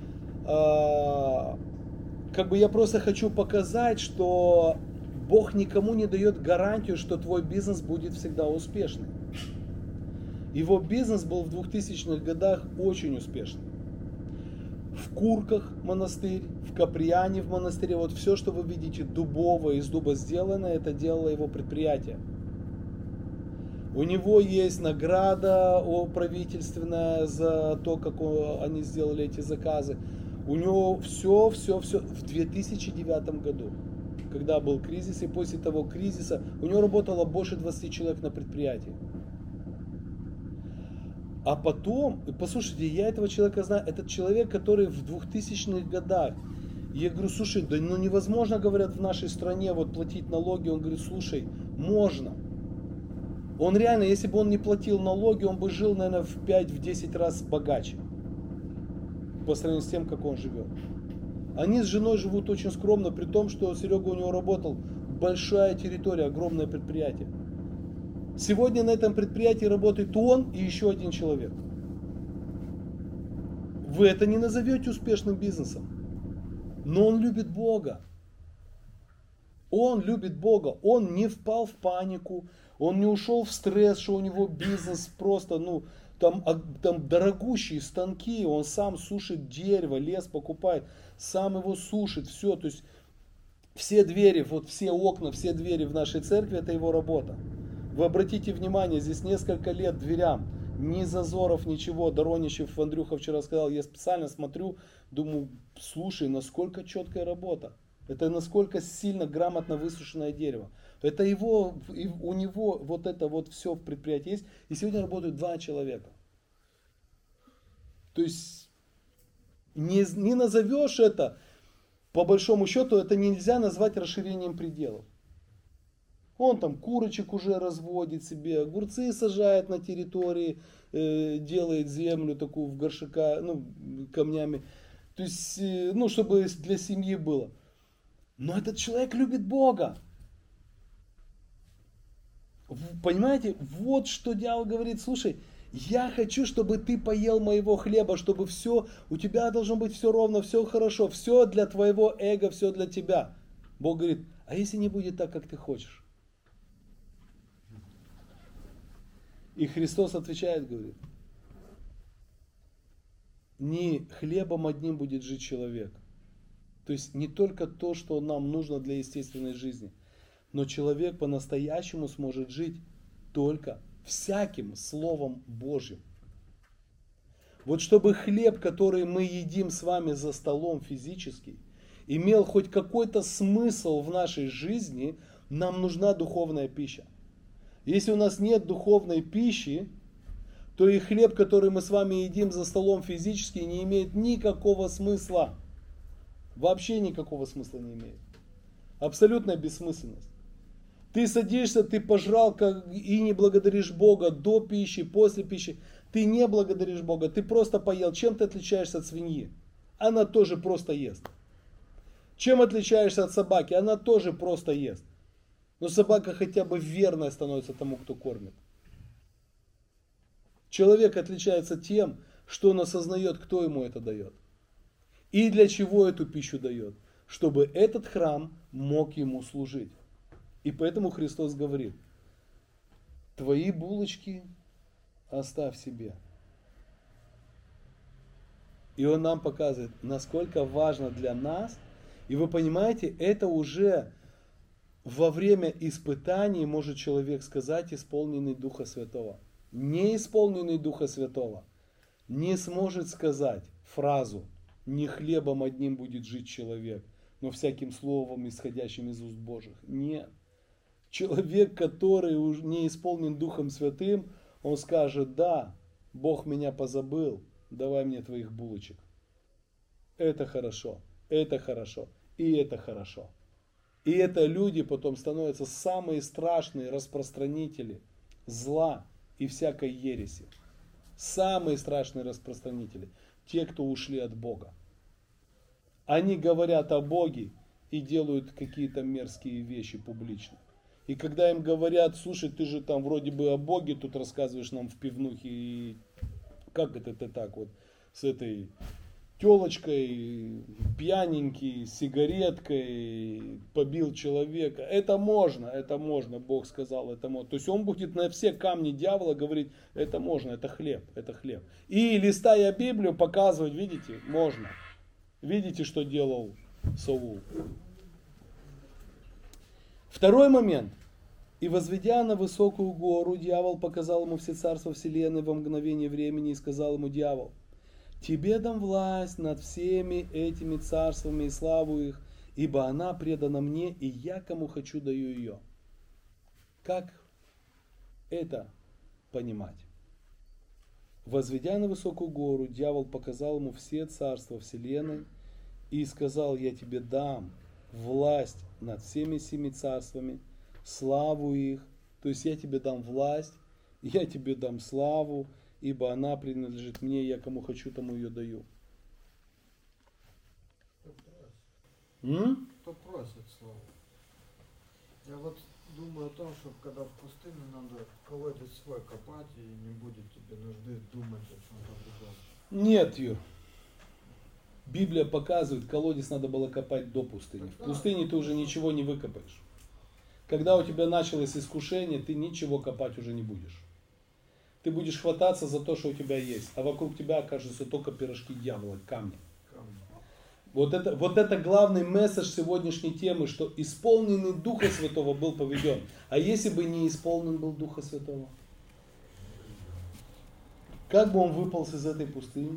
как бы я просто хочу показать, что Бог никому не дает гарантию, что твой бизнес будет всегда успешный. Его бизнес был в двухтысячных годах очень успешный. В Курках монастырь, в Каприяне в монастыре, вот все, что вы видите дубовое, из дуба сделано, это делало его предприятие. У него есть награда правительственная за то, как они сделали эти заказы. У него все, все, все в две тысячи девятом году, когда был кризис, и после того кризиса у него работало больше двадцати человек на предприятии. А потом, послушайте, я этого человека знаю, этот человек, который в двухтысячных годах, я говорю, слушай, да ну невозможно, говорят, в нашей стране вот платить налоги, он говорит, слушай, можно. Он реально, если бы он не платил налоги, он бы жил, наверное, в пять-десять раз богаче. По сравнению с тем, как он живет. Они с женой живут очень скромно, при том, что Серега у него работал. Большая территория, огромное предприятие. Сегодня на этом предприятии работает он и еще один человек. Вы это не назовете успешным бизнесом. Но он любит Бога. Он любит Бога. Он не впал в панику. Он не ушел в стресс, что у него бизнес просто, ну, там, там дорогущие станки. Он сам сушит дерево, лес покупает. Сам его сушит, все. То есть все двери, вот все окна, все двери в нашей церкви, это его работа. Вы обратите внимание, здесь несколько лет дверям. Ни зазоров, ничего. Дороничев, Андрюха вчера сказал, я специально смотрю, думаю, слушай, насколько четкая работа. Это насколько сильно, грамотно высушенное дерево. Это его, у него вот это вот все в предприятии есть. И сегодня работают два человека. То есть не, не назовешь это, по большому счету, это нельзя назвать расширением пределов. Он там курочек уже разводит себе, огурцы сажает на территории, э, делает землю такую в горшика, ну, камнями. То есть, э, ну, чтобы для семьи было. Но этот человек любит Бога. Понимаете, вот что дьявол говорит: слушай, я хочу, чтобы ты поел моего хлеба, чтобы все, у тебя должно быть все ровно, все хорошо, все для твоего эго, все для тебя. Бог говорит: а если не будет так, как ты хочешь? И Христос отвечает, говорит: не хлебом одним будет жить человек. То есть не только то, что нам нужно для естественной жизни, но человек по-настоящему сможет жить только всяким Словом Божьим. Вот чтобы хлеб, который мы едим с вами за столом физически, имел хоть какой-то смысл в нашей жизни, нам нужна духовная пища. Если у нас нет духовной пищи, то и хлеб, который мы с вами едим за столом физически, не имеет никакого смысла. Вообще никакого смысла не имеет. Абсолютная бессмысленность. Ты садишься, ты пожрал и не благодаришь Бога до пищи, после пищи. Ты не благодаришь Бога, ты просто поел. Чем ты отличаешься от свиньи? Она тоже просто ест. Чем отличаешься от собаки? Она тоже просто ест. Но собака хотя бы верная становится тому, кто кормит. Человек отличается тем, что он осознает, кто ему это дает. И для чего эту пищу дает. Чтобы этот храм мог ему служить. И поэтому Христос говорит: твои булочки оставь себе. И Он нам показывает, насколько важно для нас. И вы понимаете, это уже во время испытаний может человек сказать, исполненный Духа Святого. Не исполненный Духа Святого не сможет сказать фразу: не хлебом одним будет жить человек, но всяким словом, исходящим из уст Божьих. Нет. Человек, который уже не исполнен Духом Святым, он скажет: да, Бог меня позабыл, давай мне твоих булочек. Это хорошо, это хорошо, и это хорошо. И это люди потом становятся самые страшные распространители зла и всякой ереси. Самые страшные распространители. Те, кто ушли от Бога. Они говорят о Боге и делают какие-то мерзкие вещи публично. И когда им говорят: слушай, ты же там вроде бы о Боге тут рассказываешь нам в пивнухе, и как это ты так вот с этой телочкой, пьяненький, с сигареткой побил человека. Это можно, это можно, Бог сказал, это можно. То есть он будет на все камни дьявола говорить: это можно, это хлеб, это хлеб. И листая Библию показывать: видите, можно. Видите, что делал Саул. Второй момент. И возведя на высокую гору, дьявол показал ему все царства вселенной во мгновение времени и сказал ему: дьявол, тебе дам власть над всеми этими царствами и славу их, ибо она предана мне, и я кому хочу даю ее. Как это понимать? Возведя на высокую гору, дьявол показал ему все царства вселенной и сказал: я тебе дам власть над всеми семи царствами, славу их. То есть я тебе дам власть, я тебе дам славу, ибо она принадлежит мне, я кому хочу, тому ее даю. М? Кто просит славу? Я вот думаю о том, что когда в пустыне надо колодец свой копать, и не будет тебе нужды думать о чем-то другом. Нет, Юр. Библия показывает, колодец надо было копать до пустыни. В пустыне ты уже ничего не выкопаешь. Когда у тебя началось искушение, ты ничего копать уже не будешь. Ты будешь хвататься за то, что у тебя есть, а вокруг тебя окажутся только пирожки дьявола, камни. Вот это, вот это главный месседж сегодняшней темы, что исполненный Духа Святого был поведен. А если бы не исполнен был Духа Святого? Как бы он выполз из этой пустыни?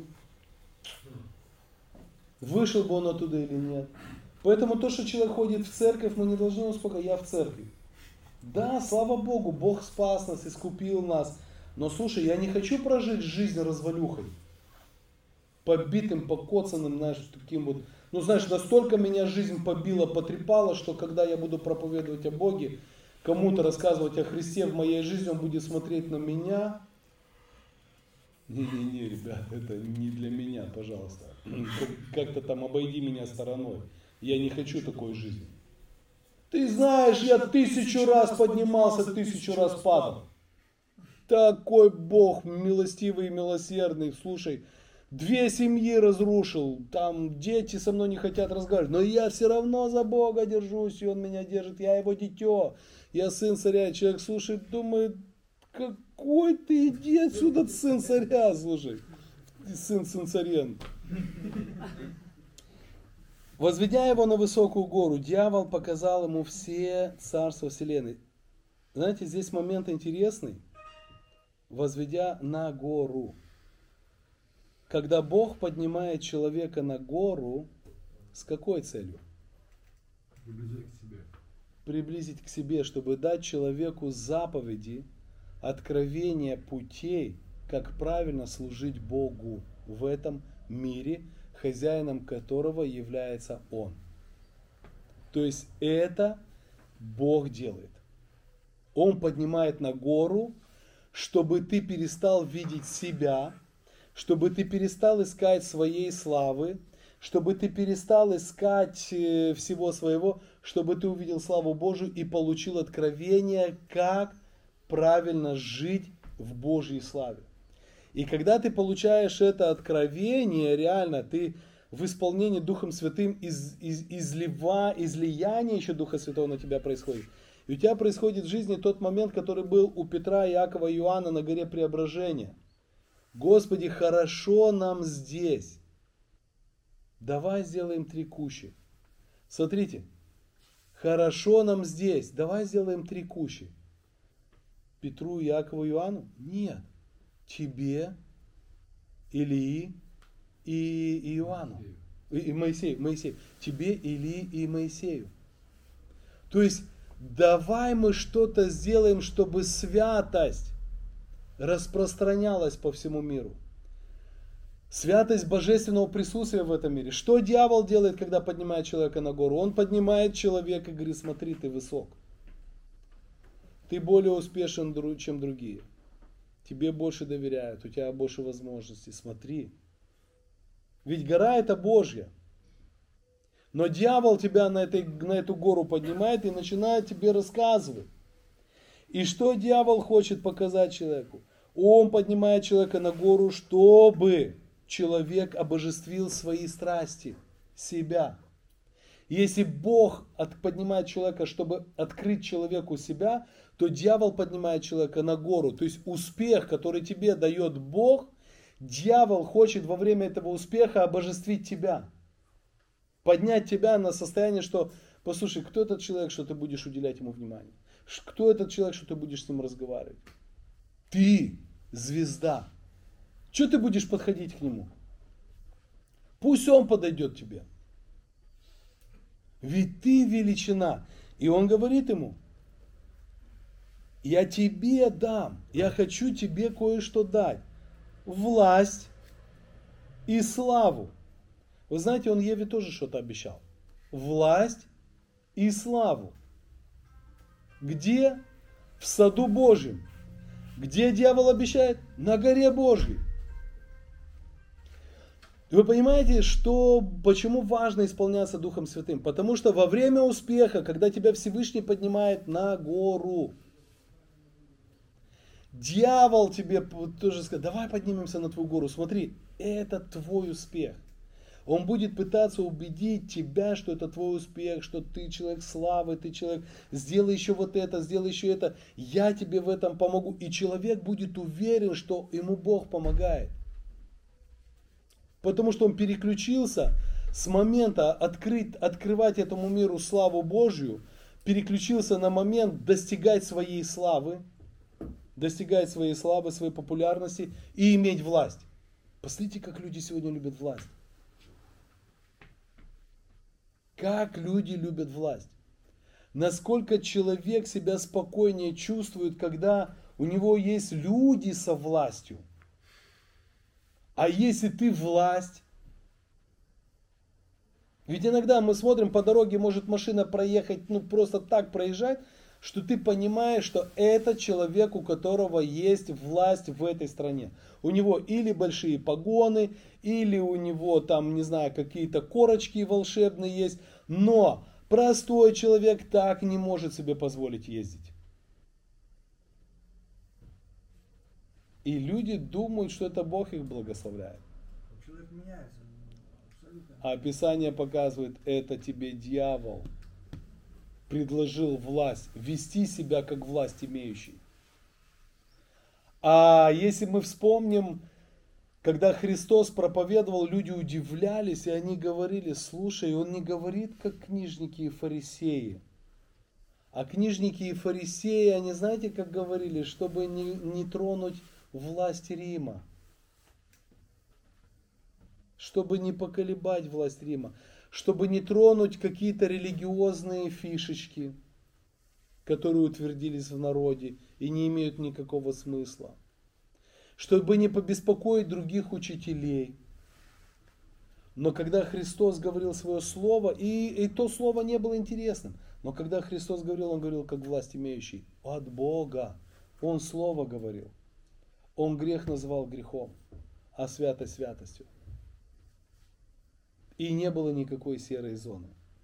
Вышел бы он оттуда или нет? Поэтому то, что человек ходит в церковь, мы не должны успокоить: я в церкви. Да, слава Богу, Бог спас нас, искупил нас. Но слушай, я не хочу прожить жизнь развалюхой. Побитым, покоцанным, знаешь, таким вот. Ну знаешь, настолько меня жизнь побила, потрепала, что когда я буду проповедовать о Боге, кому-то рассказывать о Христе в моей жизни, он будет смотреть на меня. Не-не-не, ребят, это не для меня, пожалуйста. Как-то там обойди меня стороной. Я не хочу такой жизни. Ты знаешь, я тысячу раз поднимался, тысячу раз падал. Такой Бог милостивый и милосердный. Слушай, две семьи разрушил, там дети со мной не хотят разговаривать, но я все равно за Бога держусь, и Он меня держит, я Его дитё, я сын царя. Человек слушает, думает, какой ты, иди отсюда, сын царя, слушай, сын сын царен. Возведя его на высокую гору, дьявол показал ему все царства вселенной. Знаете, здесь момент интересный. Возведя на гору. Когда Бог поднимает человека на гору, с какой целью? Приблизить к себе. Приблизить к себе, чтобы дать человеку заповеди, откровения путей, как правильно служить Богу в этом мире, хозяином которого является Он. То есть это Бог делает. Он поднимает на гору, чтобы ты перестал видеть себя, чтобы ты перестал искать своей славы, чтобы ты перестал искать всего своего, чтобы ты увидел славу Божию и получил откровение, как правильно жить в Божьей славе. И когда ты получаешь это откровение, реально, ты в исполнении Духом Святым, из, из, излива, излияние еще Духа Святого на тебя происходит. И у тебя происходит в жизни тот момент, который был у Петра, Иакова и Иоанна на горе Преображения. Господи, хорошо нам здесь. Давай сделаем три кущи. Смотрите, хорошо нам здесь. Давай сделаем три кущи. Петру, Иакову и Иоанну? Нет. Тебе, Илии и Иоанну. И Моисею. Моисею. Тебе, Илии и Моисею. То есть, давай мы что-то сделаем, чтобы святость распространялась по всему миру. Святость божественного присутствия в этом мире. Что дьявол делает, когда поднимает человека на гору? Он поднимает человека и говорит, смотри, ты высок. Ты более успешен, чем другие. Тебе больше доверяют, у тебя больше возможностей. Смотри. Ведь гора это Божья. Но дьявол тебя на, этой, на эту гору поднимает и начинает тебе рассказывать. И что дьявол хочет показать человеку? Он поднимает человека на гору, чтобы человек обожествил свои страсти, себя. Если Бог поднимает человека, чтобы открыть человеку себя, то дьявол поднимает человека на гору. То есть успех, который тебе дает Бог, дьявол хочет во время этого успеха обожествить тебя. Поднять тебя на состояние, что, послушай, кто этот человек, что ты будешь уделять ему внимание? Кто этот человек, что ты будешь с ним разговаривать? Ты звезда. Что ты будешь подходить к нему? Пусть он подойдет тебе. Ведь ты величина. И он говорит ему, я тебе дам, я хочу тебе кое-что дать. Власть и славу. Вы знаете, он Еве тоже что-то обещал. Власть и славу. Где? В саду Божьем. Где дьявол обещает? На горе Божьей. Вы понимаете, что, почему важно исполняться Духом Святым? Потому что во время успеха, когда тебя Всевышний поднимает на гору, дьявол тебе тоже скажет, давай поднимемся на твою гору, смотри, это твой успех. Он будет пытаться убедить тебя, что это твой успех, что ты человек славы, ты человек, сделай еще вот это, сделай еще это, я тебе в этом помогу. И человек будет уверен, что ему Бог помогает. Потому что он переключился с момента открыть, открывать этому миру славу Божью, переключился на момент достигать своей славы, достигать своей славы, своей популярности и иметь власть. Посмотрите, как люди сегодня любят власть. Как люди любят власть. Насколько человек себя спокойнее чувствует, когда у него есть люди со властью. А если ты власть? Ведь иногда мы смотрим по дороге, может машина проехать, ну просто так проезжать, что ты понимаешь, что это человек, у которого есть власть в этой стране. У него или большие погоны, или у него там, не знаю, какие-то корочки волшебные есть. Но простой человек так не может себе позволить ездить. И люди думают, что это Бог их благословляет. Человек меняется. Абсолютно. А Писание показывает, это тебе дьявол предложил власть, вести себя как власть имеющий. А если мы вспомним, когда Христос проповедовал, люди удивлялись, и они говорили, слушай, он не говорит, как книжники и фарисеи. А книжники и фарисеи, они знаете, как говорили, чтобы не, не тронуть власть Рима. Чтобы не поколебать власть Рима. Чтобы не тронуть какие-то религиозные фишечки, которые утвердились в народе и не имеют никакого смысла. Чтобы не побеспокоить других учителей. Но когда Христос говорил свое слово, и, и то слово не было интересным, но когда Христос говорил, он говорил как власть имеющий от Бога. Он слово говорил. Он грех называл грехом, а святость святостью. И не было никакой серой зоны.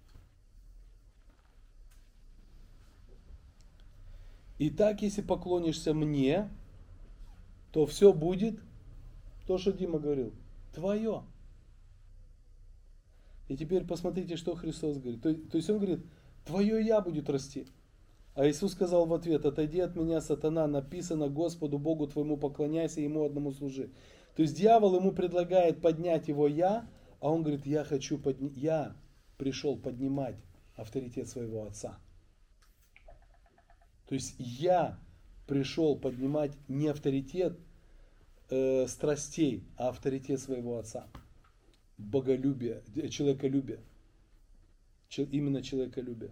Итак, если поклонишься мне, то все будет, то, что Дима говорил, твое. И теперь посмотрите, что Христос говорит. То, то есть он говорит, твое я будет расти. А Иисус сказал в ответ, отойди от меня, сатана, написано Господу Богу твоему поклоняйся, ему одному служи. То есть дьявол ему предлагает поднять его я, а он говорит, я хочу подня... я пришел поднимать авторитет своего отца. То есть я пришел поднимать не авторитет э, страстей, а авторитет своего отца. Боголюбие, человеколюбие. Че, именно человеколюбие.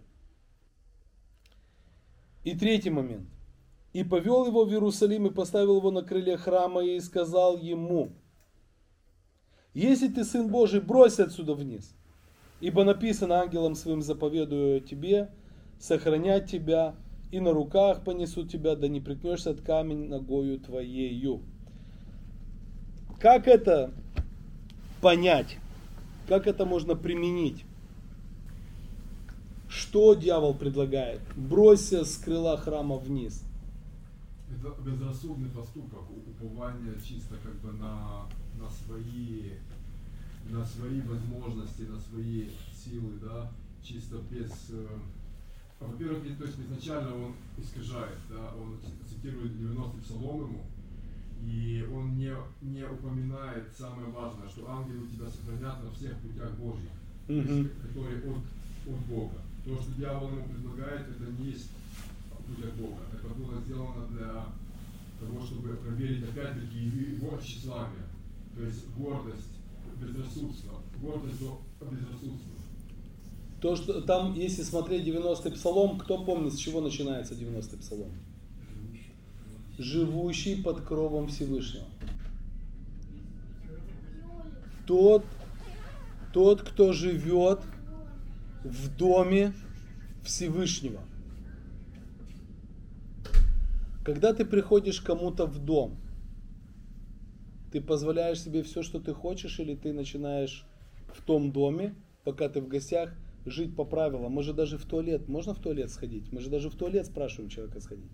И третий момент. И повел его в Иерусалим и поставил его на крыле храма и сказал ему, если ты сын Божий, брось отсюда вниз, ибо написано ангелом своим заповедую тебе, сохранять тебя, и на руках понесут тебя, да не прикнешься от камень ногою твоею. Как это понять? Как это можно применить? Что дьявол предлагает? Бросься с крыла храма вниз. Это безрассудный поступок, упование чисто как бы на, на свои, на свои возможности, на свои силы, да, чисто без, э, во-первых, то есть изначально он искажает, да, он цитирует девяностый псалом ему, и он не, не упоминает самое важное, что ангелы тебя сохранят на всех путях Божьих, mm-hmm. которые от, от Бога. То, что дьявол ему предлагает, это не есть путь от Бога. Это было сделано для того, чтобы проверить опять-таки его тщеславие. То есть гордость, безрассудство. Гордость до безрассудства. То, что там, если смотреть девяностый псалом, кто помнит, с чего начинается девяностый псалом? Живущий под кровом Всевышнего. Тот, тот, кто живет в доме Всевышнего. Когда ты приходишь к кому-то в дом, ты позволяешь себе все, что ты хочешь, или ты начинаешь в том доме, пока ты в гостях, жить по правилам? Мы же даже в туалет, можно в туалет сходить? Мы же даже в туалет спрашиваем человека сходить.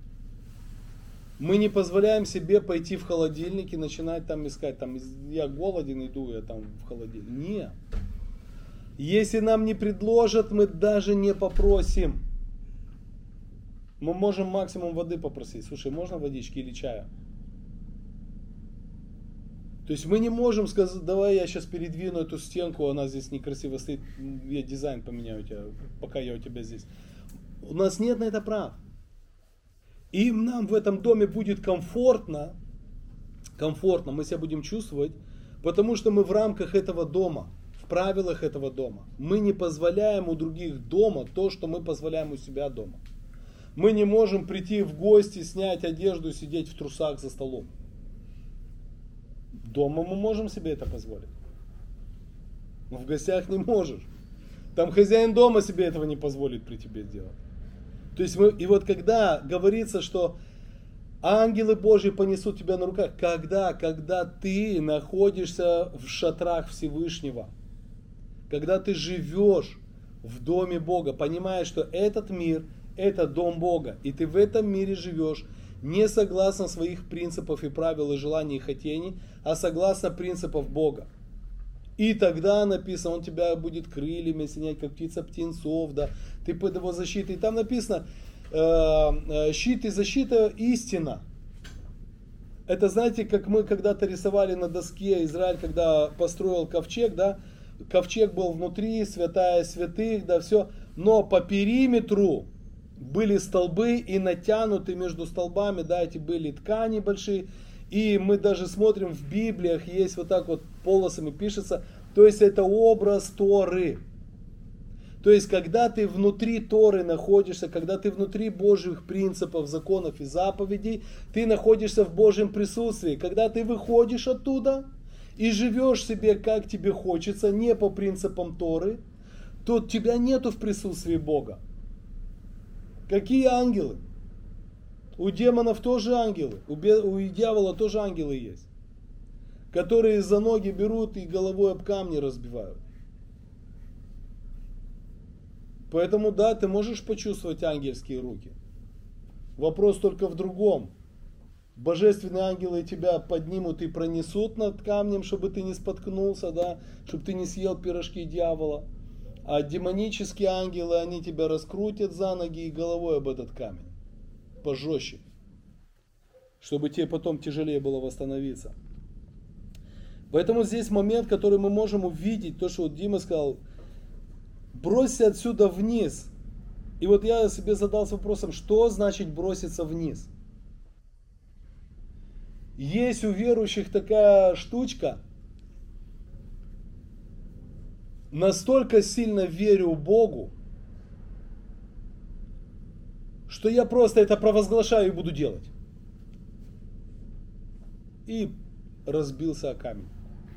Мы не позволяем себе пойти в холодильник и начинать там искать, там, я голоден, иду я там в холодильник. Нет. Если нам не предложат, мы даже не попросим. Мы можем максимум воды попросить. Слушай, можно водички или чая? То есть мы не можем сказать, давай я сейчас передвину эту стенку, она здесь некрасиво стоит, я дизайн поменяю у тебя, пока я у тебя здесь. У нас нет на это прав. И нам в этом доме будет комфортно, комфортно, мы себя будем чувствовать, потому что мы в рамках этого дома. В правилах этого дома. Мы не позволяем у других дома то, что мы позволяем у себя дома. Мы не можем прийти в гости, снять одежду и сидеть в трусах за столом. Дома мы можем себе это позволить. Но в гостях не можешь. Там хозяин дома себе этого не позволит при тебе сделать. То есть мы, и вот когда говорится, что ангелы Божьи понесут тебя на руках, когда, когда ты находишься в шатрах Всевышнего, когда ты живешь в доме Бога, понимаешь, что этот мир – это дом Бога, и ты в этом мире живешь не согласно своих принципов и правил, и желаний, и хотений, а согласно принципов Бога. И тогда написано, он тебя будет крыльями осенять, как птица птенцов, да, ты под его защитой. И там написано, э, щит и защита истина. Это, знаете, как мы когда-то рисовали на доске, Израиль, когда построил ковчег, да, ковчег был внутри, святая святых, да, все, но по периметру были столбы и натянуты между столбами, да, эти были ткани большие, и мы даже смотрим в Библиях, есть вот так вот полосами пишется, то есть это образ Торы. То есть когда ты внутри Торы находишься, когда ты внутри Божьих принципов, законов и заповедей, ты находишься в Божьем присутствии. Когда ты выходишь оттуда и живешь себе как тебе хочется, не по принципам Торы, то тебя нету в присутствии Бога. Какие ангелы? У демонов тоже ангелы, у, бе, у дьявола тоже ангелы есть, которые за ноги берут и головой об камни разбивают. Поэтому да, ты можешь почувствовать ангельские руки. Вопрос только в другом. Божественные ангелы тебя поднимут и пронесут над камнем, чтобы ты не споткнулся, да, чтобы ты не съел пирожки дьявола. А демонические ангелы, они тебя раскрутят за ноги и головой об этот камень. Пожестче. Чтобы тебе потом тяжелее было восстановиться. Поэтому здесь момент, который мы можем увидеть, то, что вот Дима сказал, бросься отсюда вниз. И вот я себе задался вопросом, что значит броситься вниз? Есть у верующих такая штучка, настолько сильно верю Богу, что я просто это провозглашаю и буду делать. И разбился о камень.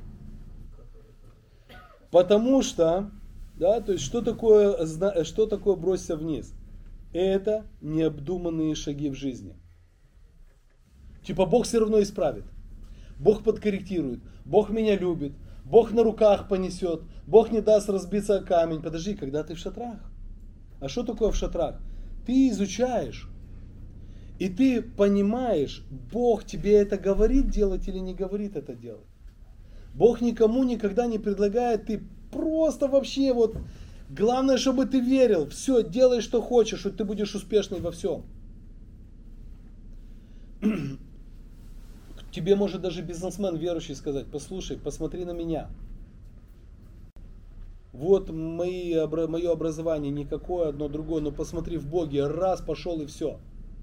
Потому что, да, то есть что такое, что такое броситься вниз? Это необдуманные шаги в жизни. Типа Бог все равно исправит. Бог подкорректирует. Бог меня любит. Бог на руках понесет. Бог не даст разбиться о камень. Подожди, когда ты в шатрах? А что такое в шатрах? Ты изучаешь. И ты понимаешь, Бог тебе это говорит делать или не говорит это делать. Бог никому никогда не предлагает, ты просто вообще вот, главное, чтобы ты верил, все, делай, что хочешь, и ты будешь успешный во всем. Тебе может даже бизнесмен верующий сказать, послушай, посмотри на меня. Вот мои, мое образование никакое, одно другое, но посмотри в Боге, раз, пошел и все.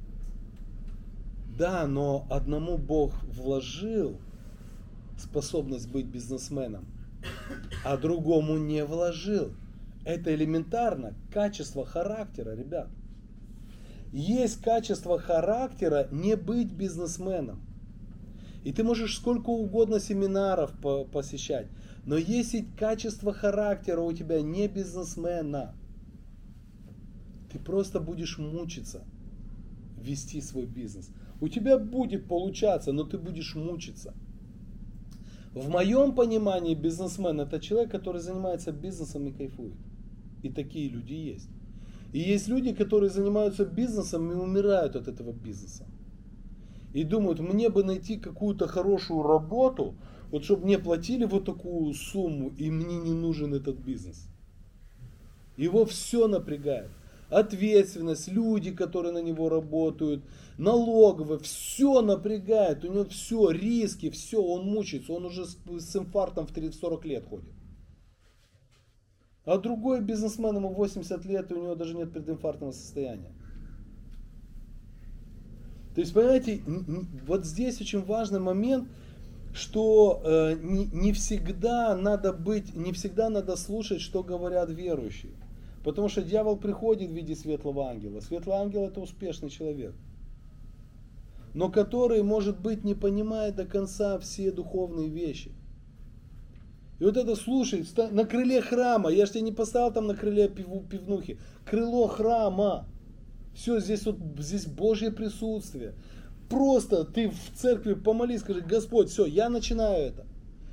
Да, но одному Бог вложил способность быть бизнесменом, а другому не вложил. Это элементарно, качество характера, ребят. Есть качество характера не быть бизнесменом. И ты можешь сколько угодно семинаров посещать, но если качество характера у тебя не бизнесмена, ты просто будешь мучиться вести свой бизнес. У тебя будет получаться, но ты будешь мучиться. В моем понимании бизнесмен это человек, который занимается бизнесом и кайфует. И такие люди есть. И есть люди, которые занимаются бизнесом и умирают от этого бизнеса. И думают, мне бы найти какую-то хорошую работу, вот чтобы мне платили вот такую сумму, и мне не нужен этот бизнес. Его все напрягает. Ответственность, люди, которые на него работают, налоговые, все напрягает, у него все, риски, все, он мучается, он уже с, с инфарктом в тридцать-сорок лет ходит. А другой бизнесмен, ему восемьдесят лет, и у него даже нет прединфарктного состояния. То есть, понимаете, вот здесь очень важный момент, что э, не, не всегда надо быть, не всегда надо слушать, что говорят верующие. Потому что дьявол приходит в виде светлого ангела. Светлый ангел это успешный человек. Но который, может быть, не понимает до конца все духовные вещи. И вот это слушай, на крыле храма, я же тебя не поставил там на крыле пив, пивнухи, крыло храма. Все, здесь вот здесь Божье присутствие. Просто ты в церкви помолись, скажи: Господь, все, я начинаю это.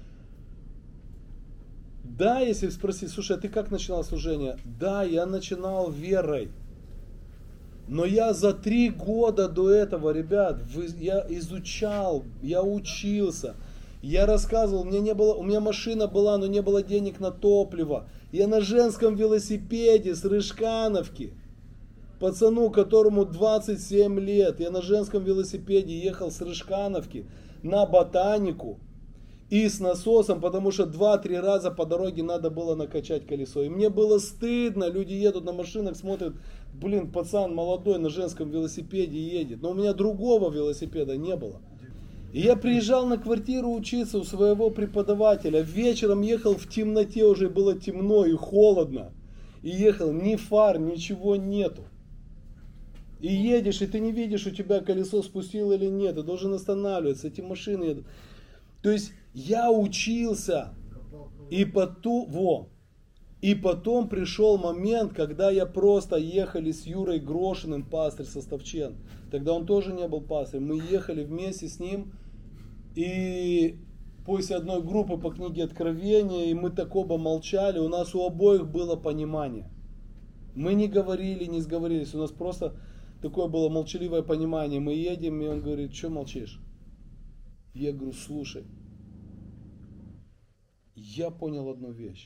Да, если спросить: слушай, а ты как начинал служение? Да, я начинал верой. Но я за три года до этого, ребят, я изучал, я учился, я рассказывал, у меня не было, у меня машина была, но не было денег на топливо. Я на женском велосипеде с Рыжкановки, пацану, которому двадцать семь лет, я на женском велосипеде ехал с Рыжкановки на Ботанику и с насосом, потому что два-три раза по дороге надо было накачать колесо. И мне было стыдно, люди едут на машинах, смотрят: блин, пацан молодой на женском велосипеде едет. Но у меня другого велосипеда не было. И я приезжал на квартиру учиться у своего преподавателя. Вечером ехал в темноте, уже было темно и холодно. И ехал, ни фар, ничего нету. И едешь, и ты не видишь, у тебя колесо спустило или нет. Ты должен останавливаться, эти машины едут. То есть я учился. И потом, во, и потом пришел момент, когда я просто ехали с Юрой Грошиным, пастырь Составчен. Тогда он тоже не был пастырем. Мы ехали вместе с ним. И после одной группы по книге Откровения, и мы так оба молчали, у нас у обоих было понимание. Мы не говорили, не сговорились, у нас просто такое было молчаливое понимание. Мы едем, и он говорит: что молчишь? Я говорю: слушай, я понял одну вещь.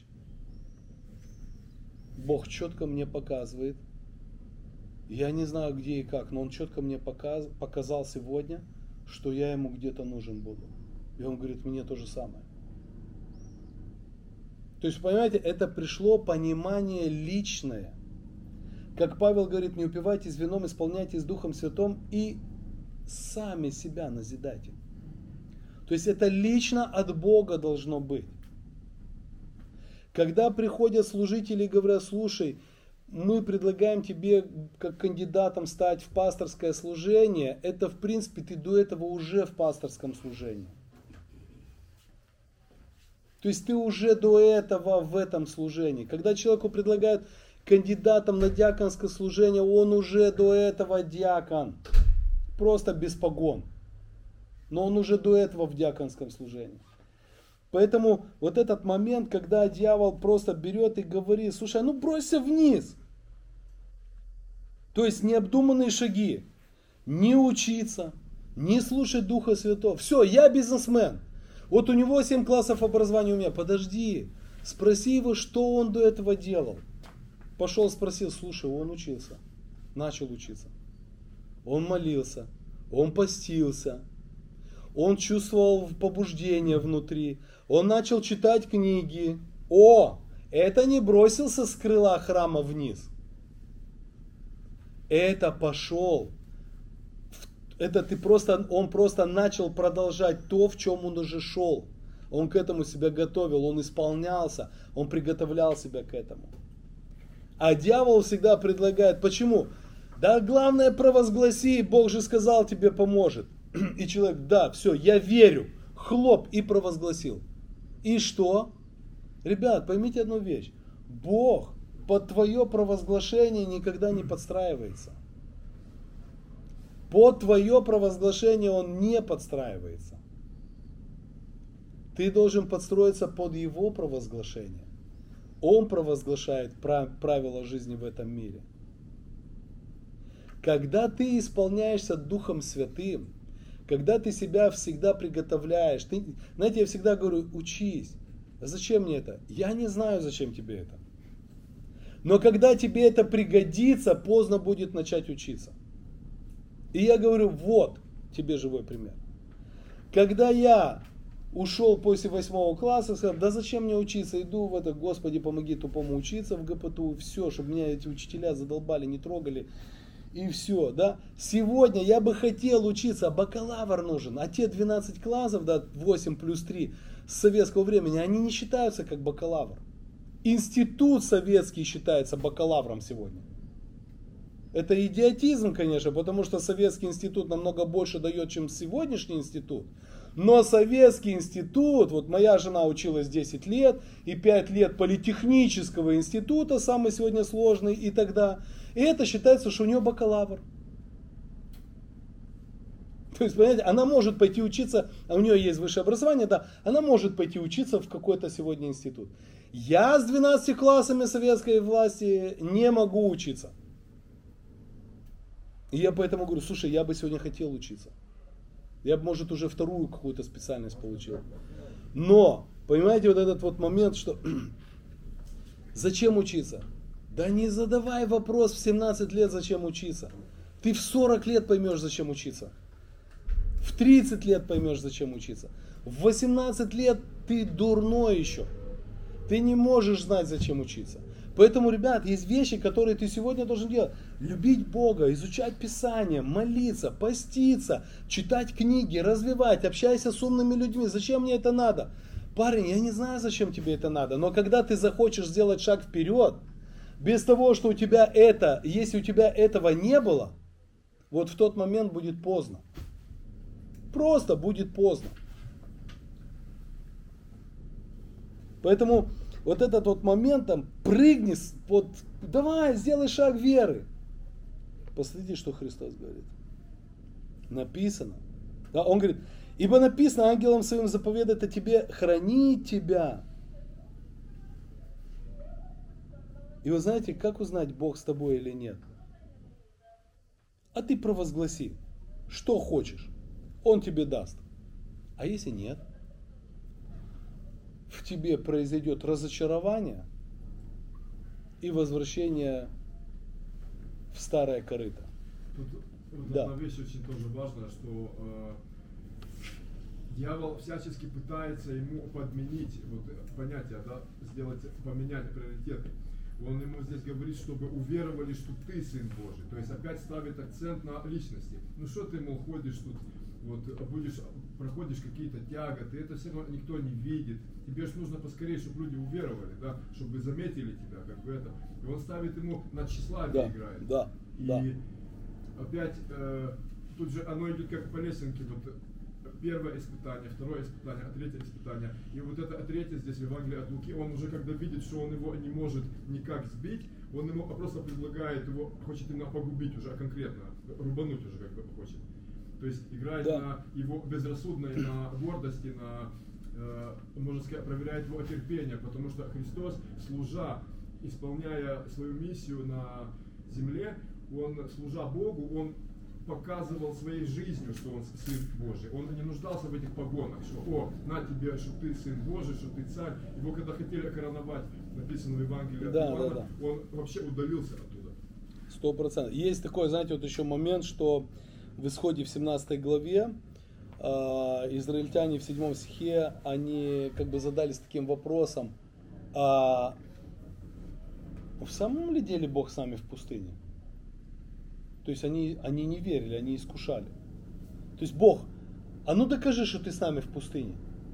Бог четко мне показывает, я не знаю где и как, но Он четко мне показ, показал сегодня, что я Ему где-то нужен буду. И Он говорит: мне то же самое. То есть, понимаете, это пришло понимание личное. Как Павел говорит: не упивайтесь вином, исполняйтесь Духом Святым и сами себя назидайте. То есть это лично от Бога должно быть. Когда приходят служители и говорят: слушай, мы предлагаем тебе как кандидатам стать в пасторское служение, это в принципе ты до этого уже в пасторском служении. То есть ты уже до этого в этом служении. Когда человеку предлагают кандидатом на диаконское служение, он уже до этого диакон. Просто без погон. Но он уже до этого в диаконском служении. Поэтому вот этот момент, когда дьявол просто берет и говорит: слушай, ну бросься вниз. То есть необдуманные шаги. Не учиться, не слушать Духа Святого. Все, я бизнесмен. Вот у него семь классов образования, у меня. Подожди, спроси его, что он до этого делал. Пошел, спросил: слушай, он учился. Начал учиться. Он молился. Он постился. Он чувствовал побуждение внутри. Он начал читать книги. О, это не бросился с крыла храма вниз. Это пошел. Это ты просто, он просто начал продолжать то, в чем он уже шел. Он к этому себя готовил, он исполнялся, он приготовлял себя к этому. А дьявол всегда предлагает: почему? Да главное провозгласи, Бог же сказал, тебе поможет. И человек: да, все, я верю. Хлоп, и провозгласил. И что? Ребят, поймите одну вещь. Бог под твое провозглашение никогда не подстраивается. Под твое провозглашение Он не подстраивается. Ты должен подстроиться под Его провозглашение. Он провозглашает правила жизни в этом мире. Когда ты исполняешься Духом Святым, когда ты себя всегда приготовляешь, ты, знаете, я всегда говорю: учись. Зачем мне это? Я не знаю, зачем тебе это. Но когда тебе это пригодится, поздно будет начать учиться. И я говорю: вот тебе живой пример. Когда я ушел после восьмого класса, сказал: да зачем мне учиться, иду в это, Господи, помоги тупому учиться в ГПТУ, все, чтобы меня эти учителя задолбали, не трогали. И все, да. Сегодня я бы хотел учиться, а бакалавр нужен. А те двенадцать классов, да, восемь плюс три с советского времени, они не считаются как бакалавр. Институт советский считается бакалавром сегодня. Это идиотизм, конечно, потому что советский институт намного больше дает, чем сегодняшний институт. Но советский институт, вот моя жена училась десять лет, и пять лет политехнического института, самый сегодня сложный, и тогда, и это считается, что у нее бакалавр. То есть, понимаете, она может пойти учиться, а у нее есть высшее образование, да, она может пойти учиться в какой-то сегодня институт. Я с двенадцатью классами советской власти не могу учиться. И я поэтому говорю, слушай, я бы сегодня хотел учиться. Я бы, может, уже вторую какую-то специальность получил. Но, понимаете, вот этот вот момент, что зачем учиться? Да не задавай вопрос в семнадцать лет, зачем учиться. Ты в сорок лет поймешь, зачем учиться. В тридцать лет поймешь, зачем учиться. В восемнадцать лет ты дурной еще. Ты не можешь знать, зачем учиться. Поэтому, ребят, есть вещи, которые ты сегодня должен делать. Любить Бога, изучать Писание, молиться, поститься, читать книги, развивать, общайся с умными людьми. Зачем мне это надо? Парень, я не знаю, зачем тебе это надо, но когда ты захочешь сделать шаг вперед, без того, что у тебя это, если у тебя этого не было, вот в тот момент будет поздно. Просто будет поздно. Поэтому вот этот вот момент, там, прыгни, вот, давай, сделай шаг веры. Посмотрите, что Христос говорит. Написано. Да, он говорит, ибо написано, ангелом своим заповедает о тебе хранить тебя. И вы знаете, как узнать, Бог с тобой или нет? А ты провозгласи, что хочешь, Он тебе даст. А если нет? В тебе произойдет разочарование и возвращение в старое корыто. Тут вот Да. одна вещь очень тоже важная, что э, дьявол всячески пытается ему подменить вот, понятие, да, сделать, поменять приоритеты. Он ему здесь говорит, чтобы уверовали, что ты Сын Божий. То есть опять ставит акцент на личности. Ну что ты, мол, ходишь тут, вот, будешь, проходишь какие-то тяготы, это все равно никто не видит. Тебе же нужно поскорее, чтобы люди уверовали, да, чтобы заметили тебя, как бы это. И он ставит ему на тщеславие, Да, играет. да, И да. опять э, тут же оно идет как по лесенке. Вот, первое испытание, второе испытание, а третье испытание. И вот это а третье здесь в Евангелии от Луки, он уже когда видит, что он его не может никак сбить, он ему просто предлагает его, хочет именно погубить уже конкретно, рубануть уже как бы хочет. То есть играет Да. на его безрассудной, на гордости, на, э, можно сказать, проверяет его терпение, потому что Христос, служа, исполняя свою миссию на земле, он, служа Богу, он показывал своей жизнью, что он Сын Божий. Он не нуждался в этих погонах, что «О, на тебе, что ты Сын Божий, что ты Царь». Его когда хотели короновать, написано в Евангелии от Да, Иоанна, да, да. он вообще удалился оттуда. Сто процентов. Есть такой, знаете, вот еще момент, что в Исходе в семнадцатой главе э, израильтяне в седьмом стихе, они как бы задались таким вопросом, а в самом ли деле Бог с нами в пустыне? То есть они, они не верили, они искушали. То есть Бог, а ну докажи, что ты с нами в пустыне.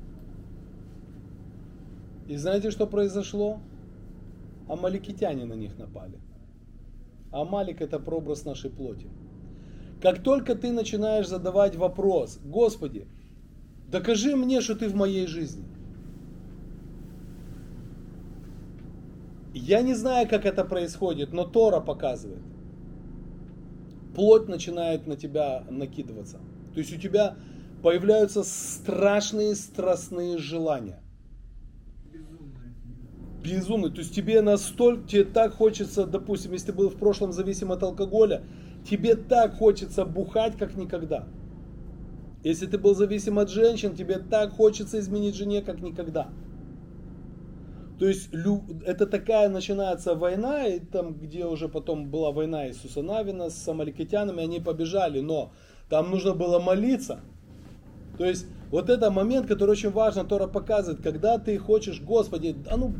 И знаете, что произошло? Амаликитяне на них напали. Амалик — это прообраз нашей плоти. Как только ты начинаешь задавать вопрос, Господи, докажи мне, что ты в моей жизни. Я не знаю, как это происходит, но Тора показывает. Плоть начинает на тебя накидываться. То есть у тебя появляются страшные страстные желания. Безумные. То есть тебе настолько, тебе так хочется, допустим, если ты был в прошлом зависим от алкоголя, тебе так хочется бухать, как никогда. Если ты был зависим от женщин, тебе так хочется изменить жене, как никогда. То есть это такая начинается война, и там, где уже потом была война Иисуса Навина с амаликитянами, они побежали, но там нужно было молиться. То есть вот это момент, который очень важно, Тора показывает, когда ты хочешь, Господи, а ну,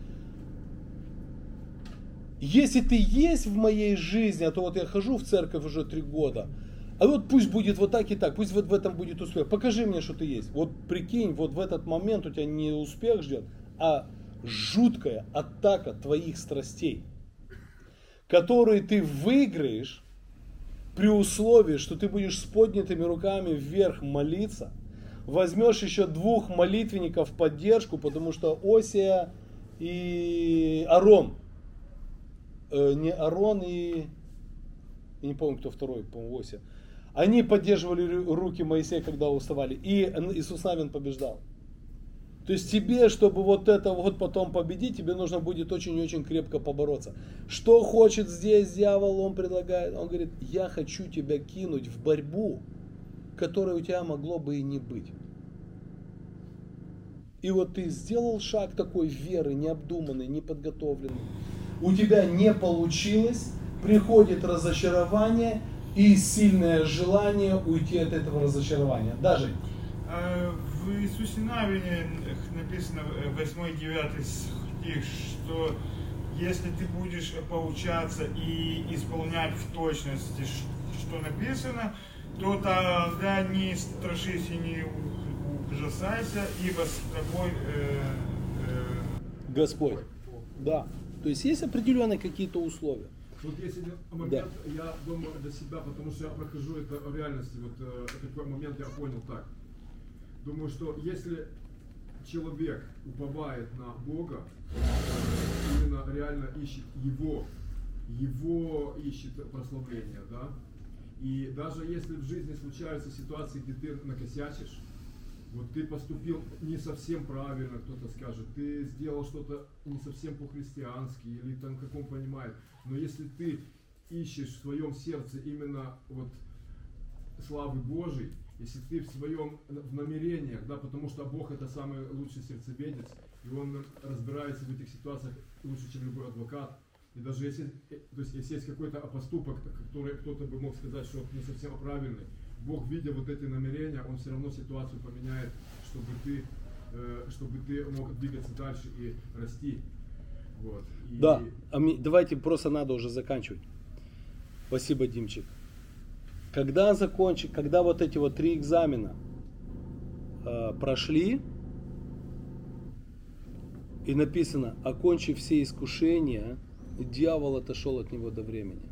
если ты есть в моей жизни, а то вот я хожу в церковь уже три года, а вот пусть будет вот так и так, пусть вот в этом будет успех, покажи мне, что ты есть. Вот прикинь, вот в этот момент у тебя не успех ждет, а жуткая атака твоих страстей, которые ты выиграешь при условии, что ты будешь с поднятыми руками вверх молиться, возьмешь еще двух молитвенников в поддержку, потому что Осия и Арон, э, не Арон и, я не помню, кто второй, по-моему, Осия, они поддерживали руки Моисея, когда уставали, и Иисус Навин побеждал. То есть тебе, чтобы вот это вот потом победить, тебе нужно будет очень и очень крепко побороться. Что хочет здесь дьявол, он предлагает? Он говорит, я хочу тебя кинуть в борьбу, которой у тебя могло бы и не быть. И вот ты сделал шаг такой веры, необдуманный, неподготовленный. У тебя не получилось, приходит разочарование и сильное желание уйти от этого разочарования. Даже в Иисусе Навине написано восьмой-девятый стих, что если ты будешь поучаться и исполнять в точности, что написано, то тогда не страшись и не ужасайся, ибо с тобой э, э, Господь. Да. То есть есть определенные какие-то условия. Вот есть один момент, да. Я думаю для себя, потому что я прохожу это в реальности, вот э, такой момент я понял так. Думаю, что если человек уповает на Бога, именно реально ищет Его, Его ищет прославления, да, и даже если в жизни случаются ситуации, где ты накосячишь, вот ты поступил не совсем правильно, кто-то скажет, ты сделал что-то не совсем по-христиански, или там как он понимает, но если ты ищешь в своем сердце именно вот славы Божией, если ты в своем в намерениях, да, потому что Бог это самый лучший сердцеведец, и Он разбирается в этих ситуациях лучше, чем любой адвокат. И даже если, то есть, если есть какой-то поступок, который кто-то бы мог сказать, что не совсем правильный, Бог, видя вот эти намерения, Он все равно ситуацию поменяет, чтобы ты, э, чтобы ты мог двигаться дальше и расти. Вот. И... Да, давайте просто надо уже заканчивать. Спасибо, Димчик. Когда закончить, когда вот эти вот три экзамена э, прошли, и написано, окончив все искушения, дьявол отошел от него до времени.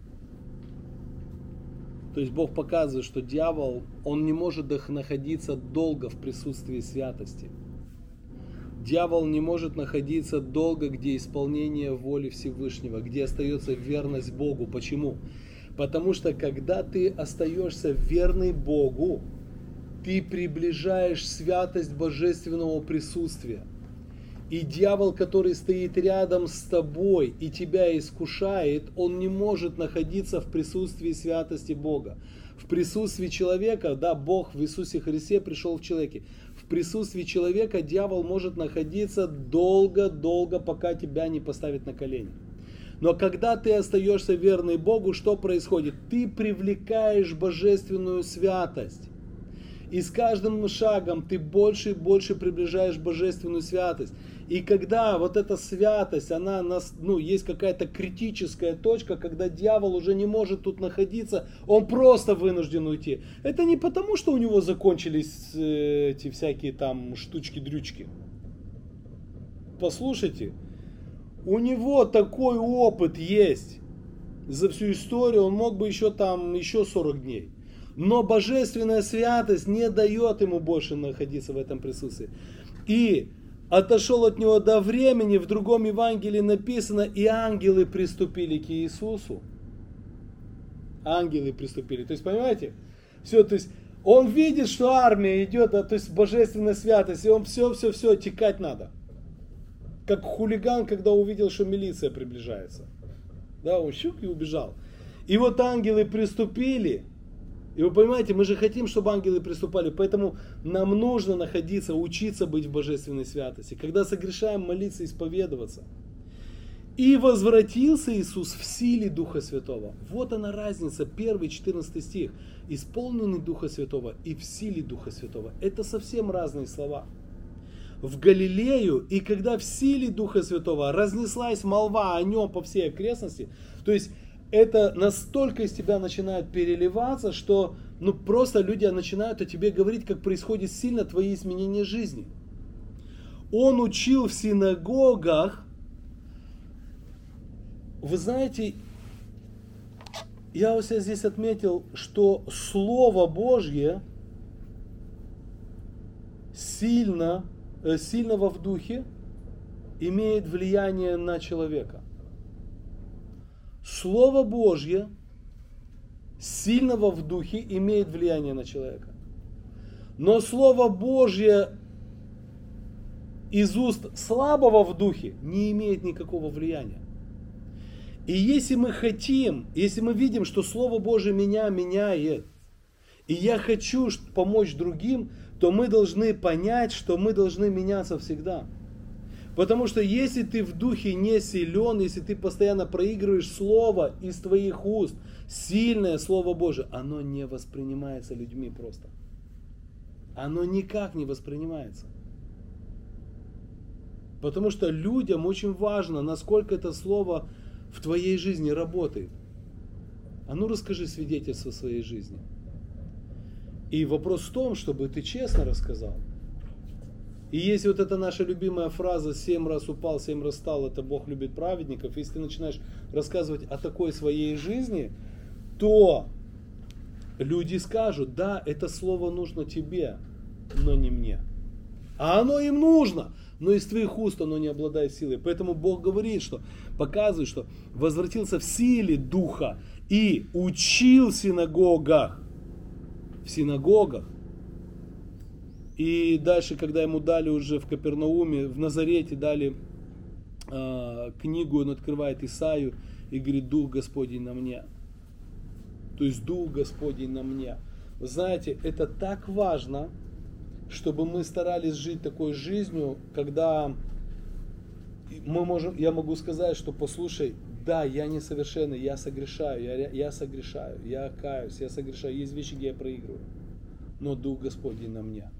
То есть Бог показывает, что дьявол, он не может находиться долго в присутствии святости. Дьявол не может находиться долго, где исполнение воли Всевышнего, где остается верность Богу. Почему? Потому что когда ты остаешься верный Богу, ты приближаешь святость божественного присутствия. И дьявол, который стоит рядом с тобой и тебя искушает, он не может находиться в присутствии святости Бога. В присутствии человека, да, Бог в Иисусе Христе пришел в человеке. В присутствии человека дьявол может находиться долго-долго, пока тебя не поставит на колени. Но когда ты остаешься верный Богу, что происходит? Ты привлекаешь божественную святость. И с каждым шагом ты больше и больше приближаешь божественную святость. И когда вот эта святость, она, ну, есть какая-то критическая точка, когда дьявол уже не может тут находиться, он просто вынужден уйти. Это не потому, что у него закончились эти всякие там штучки-дрючки. Послушайте. У него такой опыт есть. За всю историю он мог бы еще там, еще сорок дней. Но божественная святость не дает ему больше находиться в этом присутствии. И отошел от него до времени, в другом Евангелии написано, и ангелы приступили к Иисусу. Ангелы приступили. То есть, понимаете? Все, то есть, он видит, что армия идет, то есть божественная святость, и он все-все-все, текать надо. Как хулиган, когда увидел, что милиция приближается. Да, он щук и убежал. И вот ангелы приступили. И вы понимаете, мы же хотим, чтобы ангелы приступали. Поэтому нам нужно находиться, учиться быть в божественной святости. Когда согрешаем, молиться, исповедоваться. И возвратился Иисус в силе Духа Святого. Вот она разница, первый четырнадцатый стих. Исполненный Духа Святого и в силе Духа Святого. Это совсем разные слова. В Галилею, и когда в силе Духа Святого разнеслась молва о нем по всей окрестности, то есть это настолько из тебя начинает переливаться, что ну, просто люди начинают о тебе говорить, как происходит сильно твои изменения жизни. Он учил в синагогах. Вы знаете, я у себя здесь отметил, что Слово Божье сильно, э, сильного в духе имеет влияние на человека. Слово Божье сильного в духе имеет влияние на человека. Но Слово Божье из уст слабого в духе не имеет никакого влияния. И если мы хотим, если мы видим, что Слово Божье меня меняет, и я хочу помочь другим, то мы должны понять, что мы должны меняться всегда. Потому что если ты в духе не силен, если ты постоянно проигрываешь Слово из твоих уст, сильное Слово Божие, оно не воспринимается людьми просто. Оно никак не воспринимается. Потому что людям очень важно, насколько это Слово в твоей жизни работает. А ну расскажи свидетельство своей жизни. И вопрос в том, чтобы ты честно рассказал. И если вот эта наша любимая фраза «семь раз упал, семь раз встал, это Бог любит праведников», если ты начинаешь рассказывать о такой своей жизни, то люди скажут: да, это слово нужно тебе, но не мне. А оно им нужно, но из твоих уст оно не обладает силой. Поэтому Бог говорит, что показывает, что возвратился в силе Духа и учил в синагогах. В синагогах. И дальше, когда ему дали уже в Капернауме, в Назарете дали э, книгу, он открывает Исаию и говорит: Дух Господень на мне. То есть Дух Господень на мне. Вы знаете, это так важно, чтобы мы старались жить такой жизнью, когда мы можем, я могу сказать, что послушай, да, я несовершенный, я согрешаю, я, я согрешаю, я каюсь, я согрешаю, есть вещи, где я проигрываю, но Дух Господень на мне.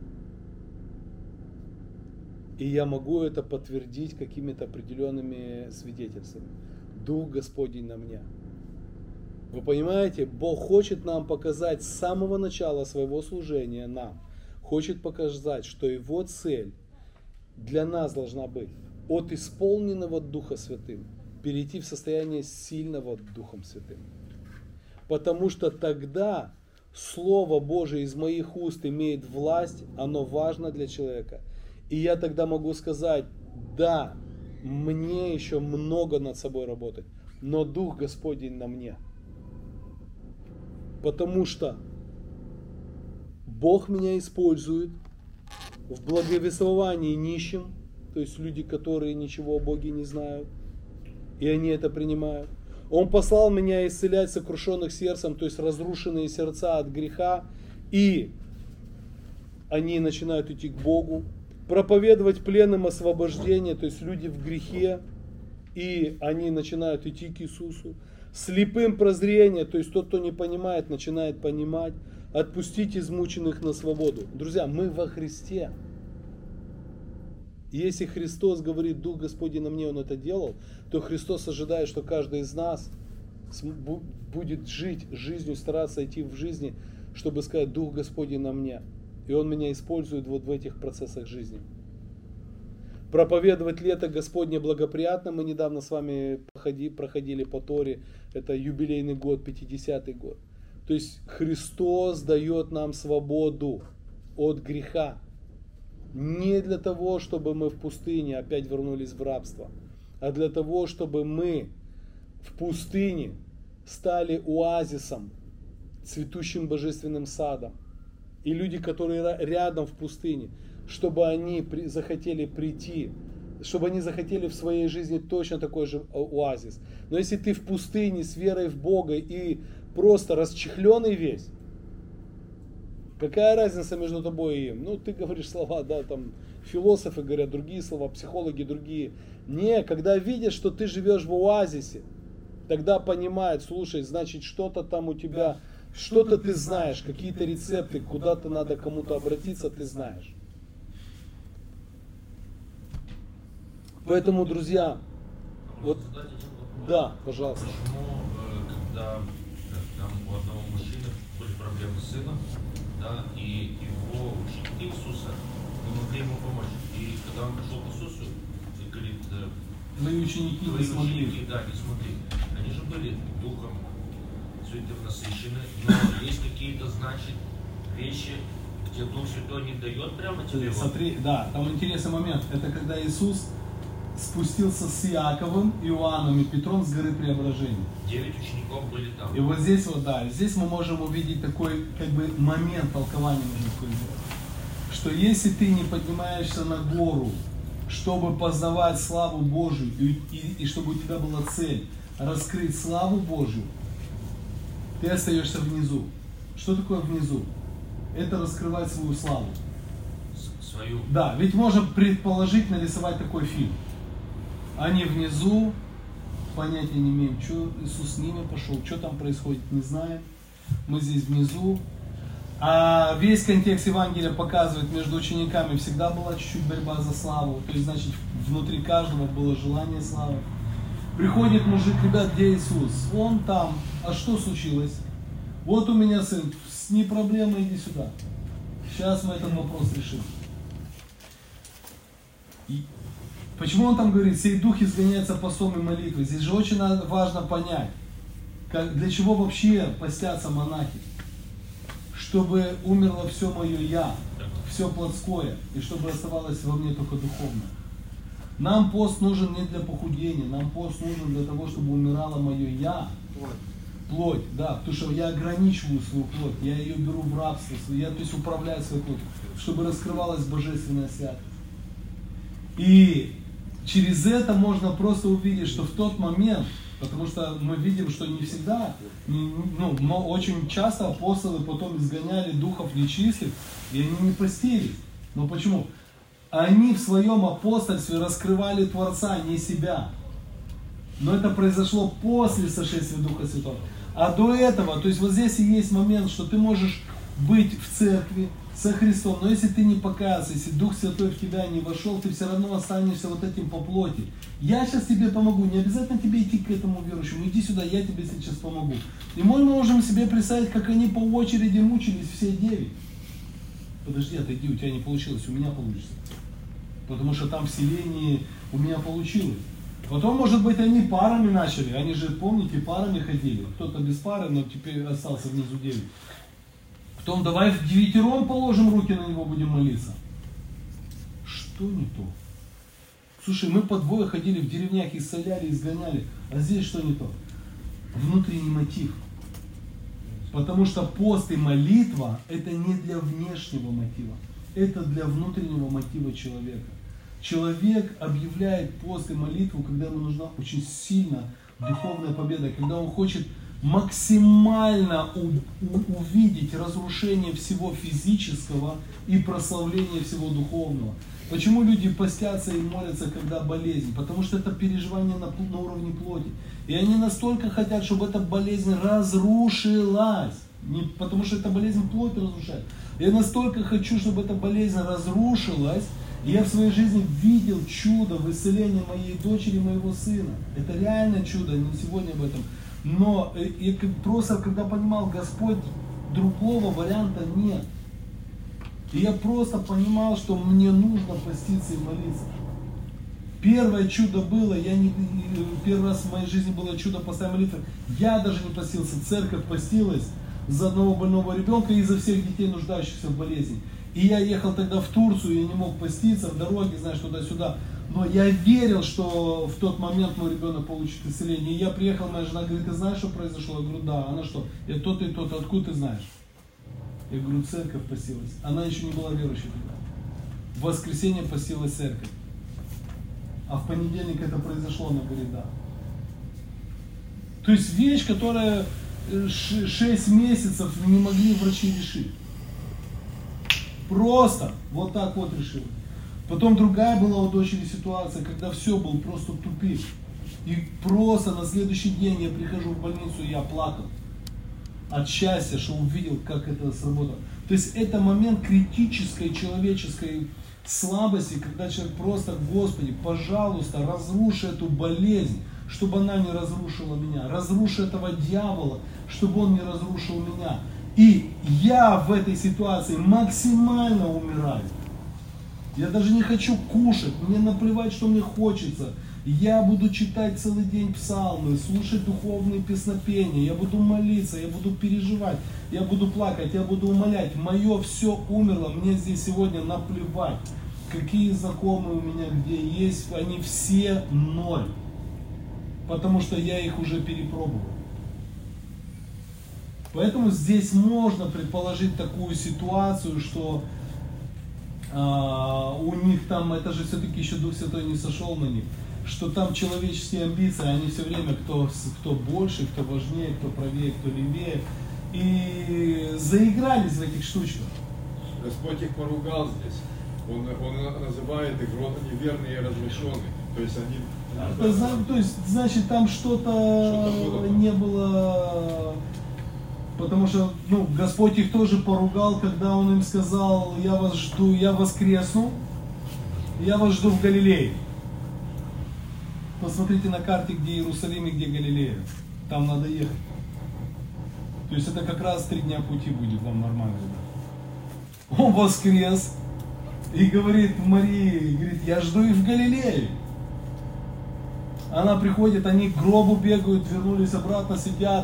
И я могу это подтвердить какими-то определенными свидетельствами. Дух Господень на мне. Вы понимаете, Бог хочет нам показать с самого начала своего служения нам, хочет показать, что Его цель для нас должна быть от исполненного Духа Святым перейти в состояние сильного Духом Святым. Потому что тогда Слово Божие из моих уст имеет власть, оно важно для человека. И я тогда могу сказать: да, мне еще много над собой работать, но Дух Господень на мне. Потому что Бог меня использует в благовествовании нищим, то есть люди, которые ничего о Боге не знают, и они это принимают. Он послал меня исцелять сокрушенных сердцем, то есть разрушенные сердца от греха, и они начинают идти к Богу. Проповедовать пленным освобождение, то есть люди в грехе, и они начинают идти к Иисусу. Слепым прозрение, то есть тот, кто не понимает, начинает понимать. Отпустить измученных на свободу. Друзья, мы во Христе. Если Христос говорит: Дух Господень на мне, Он это делал, то Христос ожидает, что каждый из нас будет жить жизнью, стараться идти в жизни, чтобы сказать: Дух Господень на мне. И Он меня использует вот в этих процессах жизни. Проповедовать лето Господне благоприятно. Мы недавно с вами проходили по Торе. Это юбилейный год, пятидесятый год. То есть Христос дает нам свободу от греха. Не для того, чтобы мы в пустыне опять вернулись в рабство, а для того, чтобы мы в пустыне стали оазисом, цветущим божественным садом. И люди, которые рядом в пустыне, чтобы они при, захотели прийти, чтобы они захотели в своей жизни точно такой же оазис. Но если ты в пустыне с верой в Бога и просто расчехленный весь, какая разница между тобой и им? Ну, ты говоришь слова, да, там философы говорят другие слова, психологи другие. Не, когда видят, что ты живешь в оазисе, тогда понимают: слушай, значит, что-то там у тебя, что-то ты знаешь, какие-то рецепты, куда-то надо кому-то обратиться, ты знаешь. Поэтому, друзья, вот, да, пожалуйста. Почему, когда там у одного мужчины были проблемы с сыном, да, и его ученики Иисуса не могли ему помочь. И когда он пришел к Иисусу, и говорит: твои ученики твои не смогли. ученики, да, не смогли. Они же были духом святым насыщены, но есть какие-то, значит, вещи, где Дух Святой не дает прямо тебе его. Смотри, да, там интересный момент. Это когда Иисус спустился с Иаковом, Иоанном и Петром с горы Преображения. Девять учеников были там. И вот здесь вот, да, здесь мы можем увидеть такой, как бы, момент толкования, можно такое сделать. Что если ты не поднимаешься на гору, чтобы познавать славу Божию, и, и, и чтобы у тебя была цель раскрыть славу Божию, ты остаешься внизу. Что такое внизу? Это раскрывать свою славу. Свою. Да, ведь можно предположить, нарисовать такой фильм. Они внизу, понятия не имеем, что Иисус с ними пошел, что там происходит, не знаем. Мы здесь внизу. А весь контекст Евангелия показывает, между учениками всегда была чуть-чуть борьба за славу. То есть, значит, внутри каждого было желание славы. Приходит мужик: ребят, где Иисус? Он там. А что случилось? Вот у меня сын, с ней проблема, иди сюда. Сейчас мы этот вопрос решим. И почему он там говорит, сей дух изгоняется постом и молитвой? Здесь же очень важно понять, как, для чего вообще постятся монахи. Чтобы умерло все мое я, все плотское, и чтобы оставалось во мне только духовное. Нам пост нужен не для похудения, нам пост нужен для того, чтобы умирало мое я, плоть, плоть, да, потому что я ограничиваю свою плоть, я ее беру в рабство, я, то есть, управляю своей плотью, чтобы раскрывалась божественная святость. И через это можно просто увидеть, что в тот момент, потому что мы видим, что не всегда, ну, но очень часто апостолы потом изгоняли духов нечистых, и они не постились. Но почему? Они в своем апостольстве раскрывали Творца, не себя. Но это произошло после сошествия Духа Святого. А до этого, то есть вот здесь и есть момент, что ты можешь быть в церкви со Христом, но если ты не покаялся, если Дух Святой в тебя не вошел, ты все равно останешься вот этим по плоти. Я сейчас тебе помогу, не обязательно тебе идти к этому верующему, иди сюда, я тебе сейчас помогу. И мы можем себе представить, как они по очереди мучились все девять. Подожди, отойди, у тебя не получилось, у меня получится. Потому что там в селении у меня получилось. Потом, может быть, они парами начали, они же, помните, парами ходили. Кто-то без пары, но теперь остался внизу девять. Потом давай в девятером положим руки на него, будем молиться. Что не то? Слушай, мы по двое ходили в деревнях, исцеляли, изгоняли. А здесь что не то? Внутренний мотив. Потому что пост и молитва это не для внешнего мотива. Это для внутреннего мотива человека. Человек объявляет пост и молитву, когда ему нужна очень сильно духовная победа, когда он хочет максимально у, у, увидеть разрушение всего физического и прославление всего духовного. Почему люди постятся и молятся, когда болезнь? Потому что это переживание на, на уровне плоти. И они настолько хотят, чтобы эта болезнь разрушилась. Не, потому что эта болезнь плоть разрушает. Я настолько хочу, чтобы эта болезнь разрушилась. И я в своей жизни видел чудо в исцелении моей дочери и моего сына. Это реально чудо, не сегодня об этом. Но я просто, когда понимал, Господь, другого варианта нет. И я просто понимал, что мне нужно поститься и молиться. Первое чудо было, я не, первый раз в моей жизни было чудо поста и молитвы. Я даже не постился, церковь постилась за одного больного ребенка и за всех детей, нуждающихся в болезни. И я ехал тогда в Турцию, я не мог поститься в дороге, знаешь, туда-сюда. Но я верил, что в тот момент мой ребенок получит исцеление. И я приехал, моя жена говорит, ты знаешь, что произошло? Я говорю, да. Она что? Я тот и тот, откуда ты знаешь? Я говорю, церковь постилась. Она еще не была верующей тогда. В воскресенье постилась церковь. А в понедельник это произошло, она говорит, да. То есть вещь, которая шесть месяцев не могли врачи решить. Просто вот так вот решил. Потом другая была у дочери ситуация, когда все был просто тупик. И просто на следующий день я прихожу в больницу, и я плакал. От счастья, что увидел, как это сработало. То есть это момент критической человеческой слабости, когда человек просто, Господи, пожалуйста, разруши эту болезнь, чтобы она не разрушила меня. Разруши этого дьявола, чтобы он не разрушил меня. И я в этой ситуации максимально умираю. Я даже не хочу кушать, мне наплевать, что мне хочется. Я буду читать целый день псалмы, слушать духовные песнопения, я буду молиться, я буду переживать, я буду плакать, я буду умолять. Мое все умерло, мне здесь сегодня наплевать. Какие знакомые у меня где есть, они все ноль. Потому что я их уже перепробовал. Поэтому здесь можно предположить такую ситуацию, что а, у них там, это же все-таки еще Дух Святой не сошел на них, что там человеческие амбиции, они все время кто, кто больше, кто важнее, кто правее, кто левее. И заигрались в этих штучках. Господь их поругал здесь. Он, он называет их неверные и развращенные. То есть они... То, то есть, значит, там что-то, что-то было, не было, потому что, ну, Господь их тоже поругал, когда Он им сказал: я вас жду, я воскресну, я вас жду в Галилее. Посмотрите на карте, где Иерусалим и где Галилея. Там надо ехать. То есть это как раз три дня пути будет вам нормально. Да? Он воскрес и говорит Марии, говорит: я жду их в Галилее. Она приходит, они к гробу бегают, вернулись обратно, сидят.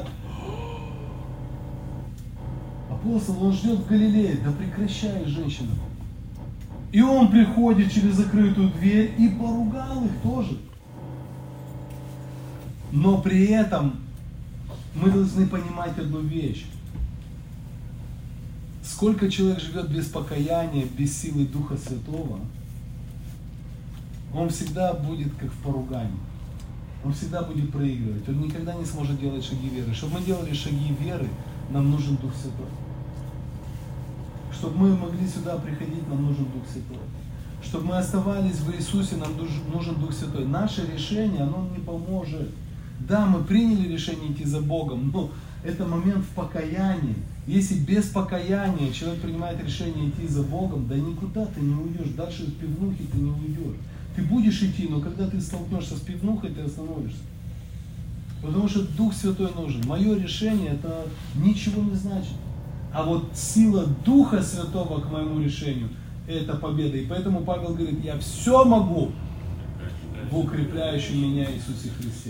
Апостол, он ждет в Галилее. Да прекращай, женщина. И он приходит через закрытую дверь и поругал их тоже. Но при этом мы должны понимать одну вещь. Сколько человек живет без покаяния, без силы Духа Святого, он всегда будет как в поругании. Он всегда будет проигрывать. Он никогда не сможет делать шаги веры. Чтобы мы делали шаги веры, нам нужен Дух Святой. Чтобы мы могли сюда приходить, нам нужен Дух Святой. Чтобы мы оставались в Иисусе, нам нужен Дух Святой. Наше решение, оно не поможет. Да, мы приняли решение идти за Богом, но это момент в покаянии. Если без покаяния человек принимает решение идти за Богом, да никуда ты не уйдешь. Дальше из пивнухи ты не уйдешь. Ты будешь идти, но когда ты столкнешься с пивнухой, ты остановишься. Потому что Дух Святой нужен. Мое решение, это ничего не значит. А вот сила Духа Святого к моему решению, это победа. И поэтому Павел говорит: я все могу в укрепляющем меня Иисусе Христе.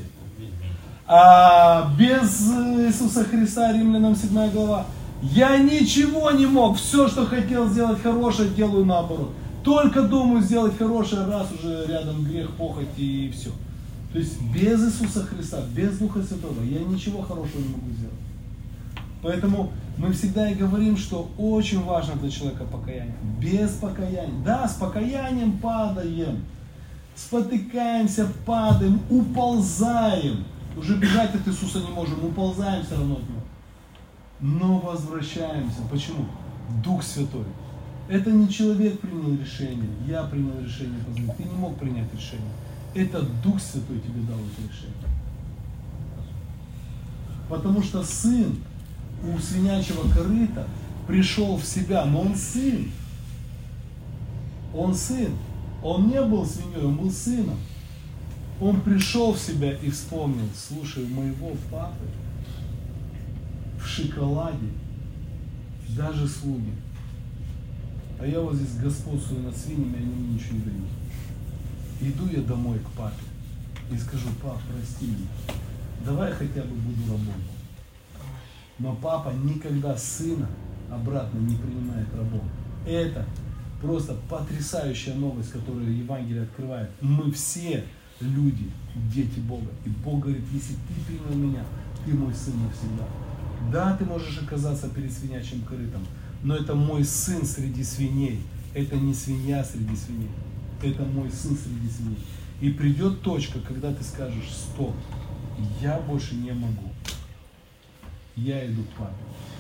А без Иисуса Христа, Римлянам седьмая глава, я ничего не мог. Все, что хотел сделать хорошее, делаю наоборот. Только думаю сделать хорошее, раз уже рядом грех, похоть и все. То есть без Иисуса Христа, без Духа Святого я ничего хорошего не могу сделать. Поэтому мы всегда и говорим, что очень важно для человека покаяние. Без покаяния. Да, с покаянием падаем. Спотыкаемся, падаем, уползаем. Уже бежать от Иисуса не можем, уползаем все равно от Него. Но возвращаемся. Почему? Дух Святой. Это не человек принял решение, я принял решение позвонить. Ты не мог принять решение. Это Дух Святой тебе дал это решение. Потому что сын у свинячьего корыта пришел в себя, но он сын. Он сын. Он не был свиньей, он был сыном. Он пришел в себя и вспомнил: слушай, у моего папы в шоколаде даже слуги. А я вот здесь господствую над свиньями, они мне ничего не дают. Иду я домой к папе и скажу: пап, прости меня, давай хотя бы буду рабом. Но папа никогда сына обратно не принимает рабом. Это просто потрясающая новость, которую Евангелие открывает. Мы все люди, дети Бога. И Бог говорит: если ты принял меня, ты мой сын навсегда. Да, ты можешь оказаться перед свинячьим корытом, но это мой сын среди свиней. Это не свинья среди свиней. Это мой сын среди свиней. И придет точка, когда ты скажешь: стоп, я больше не могу. Я иду к папе.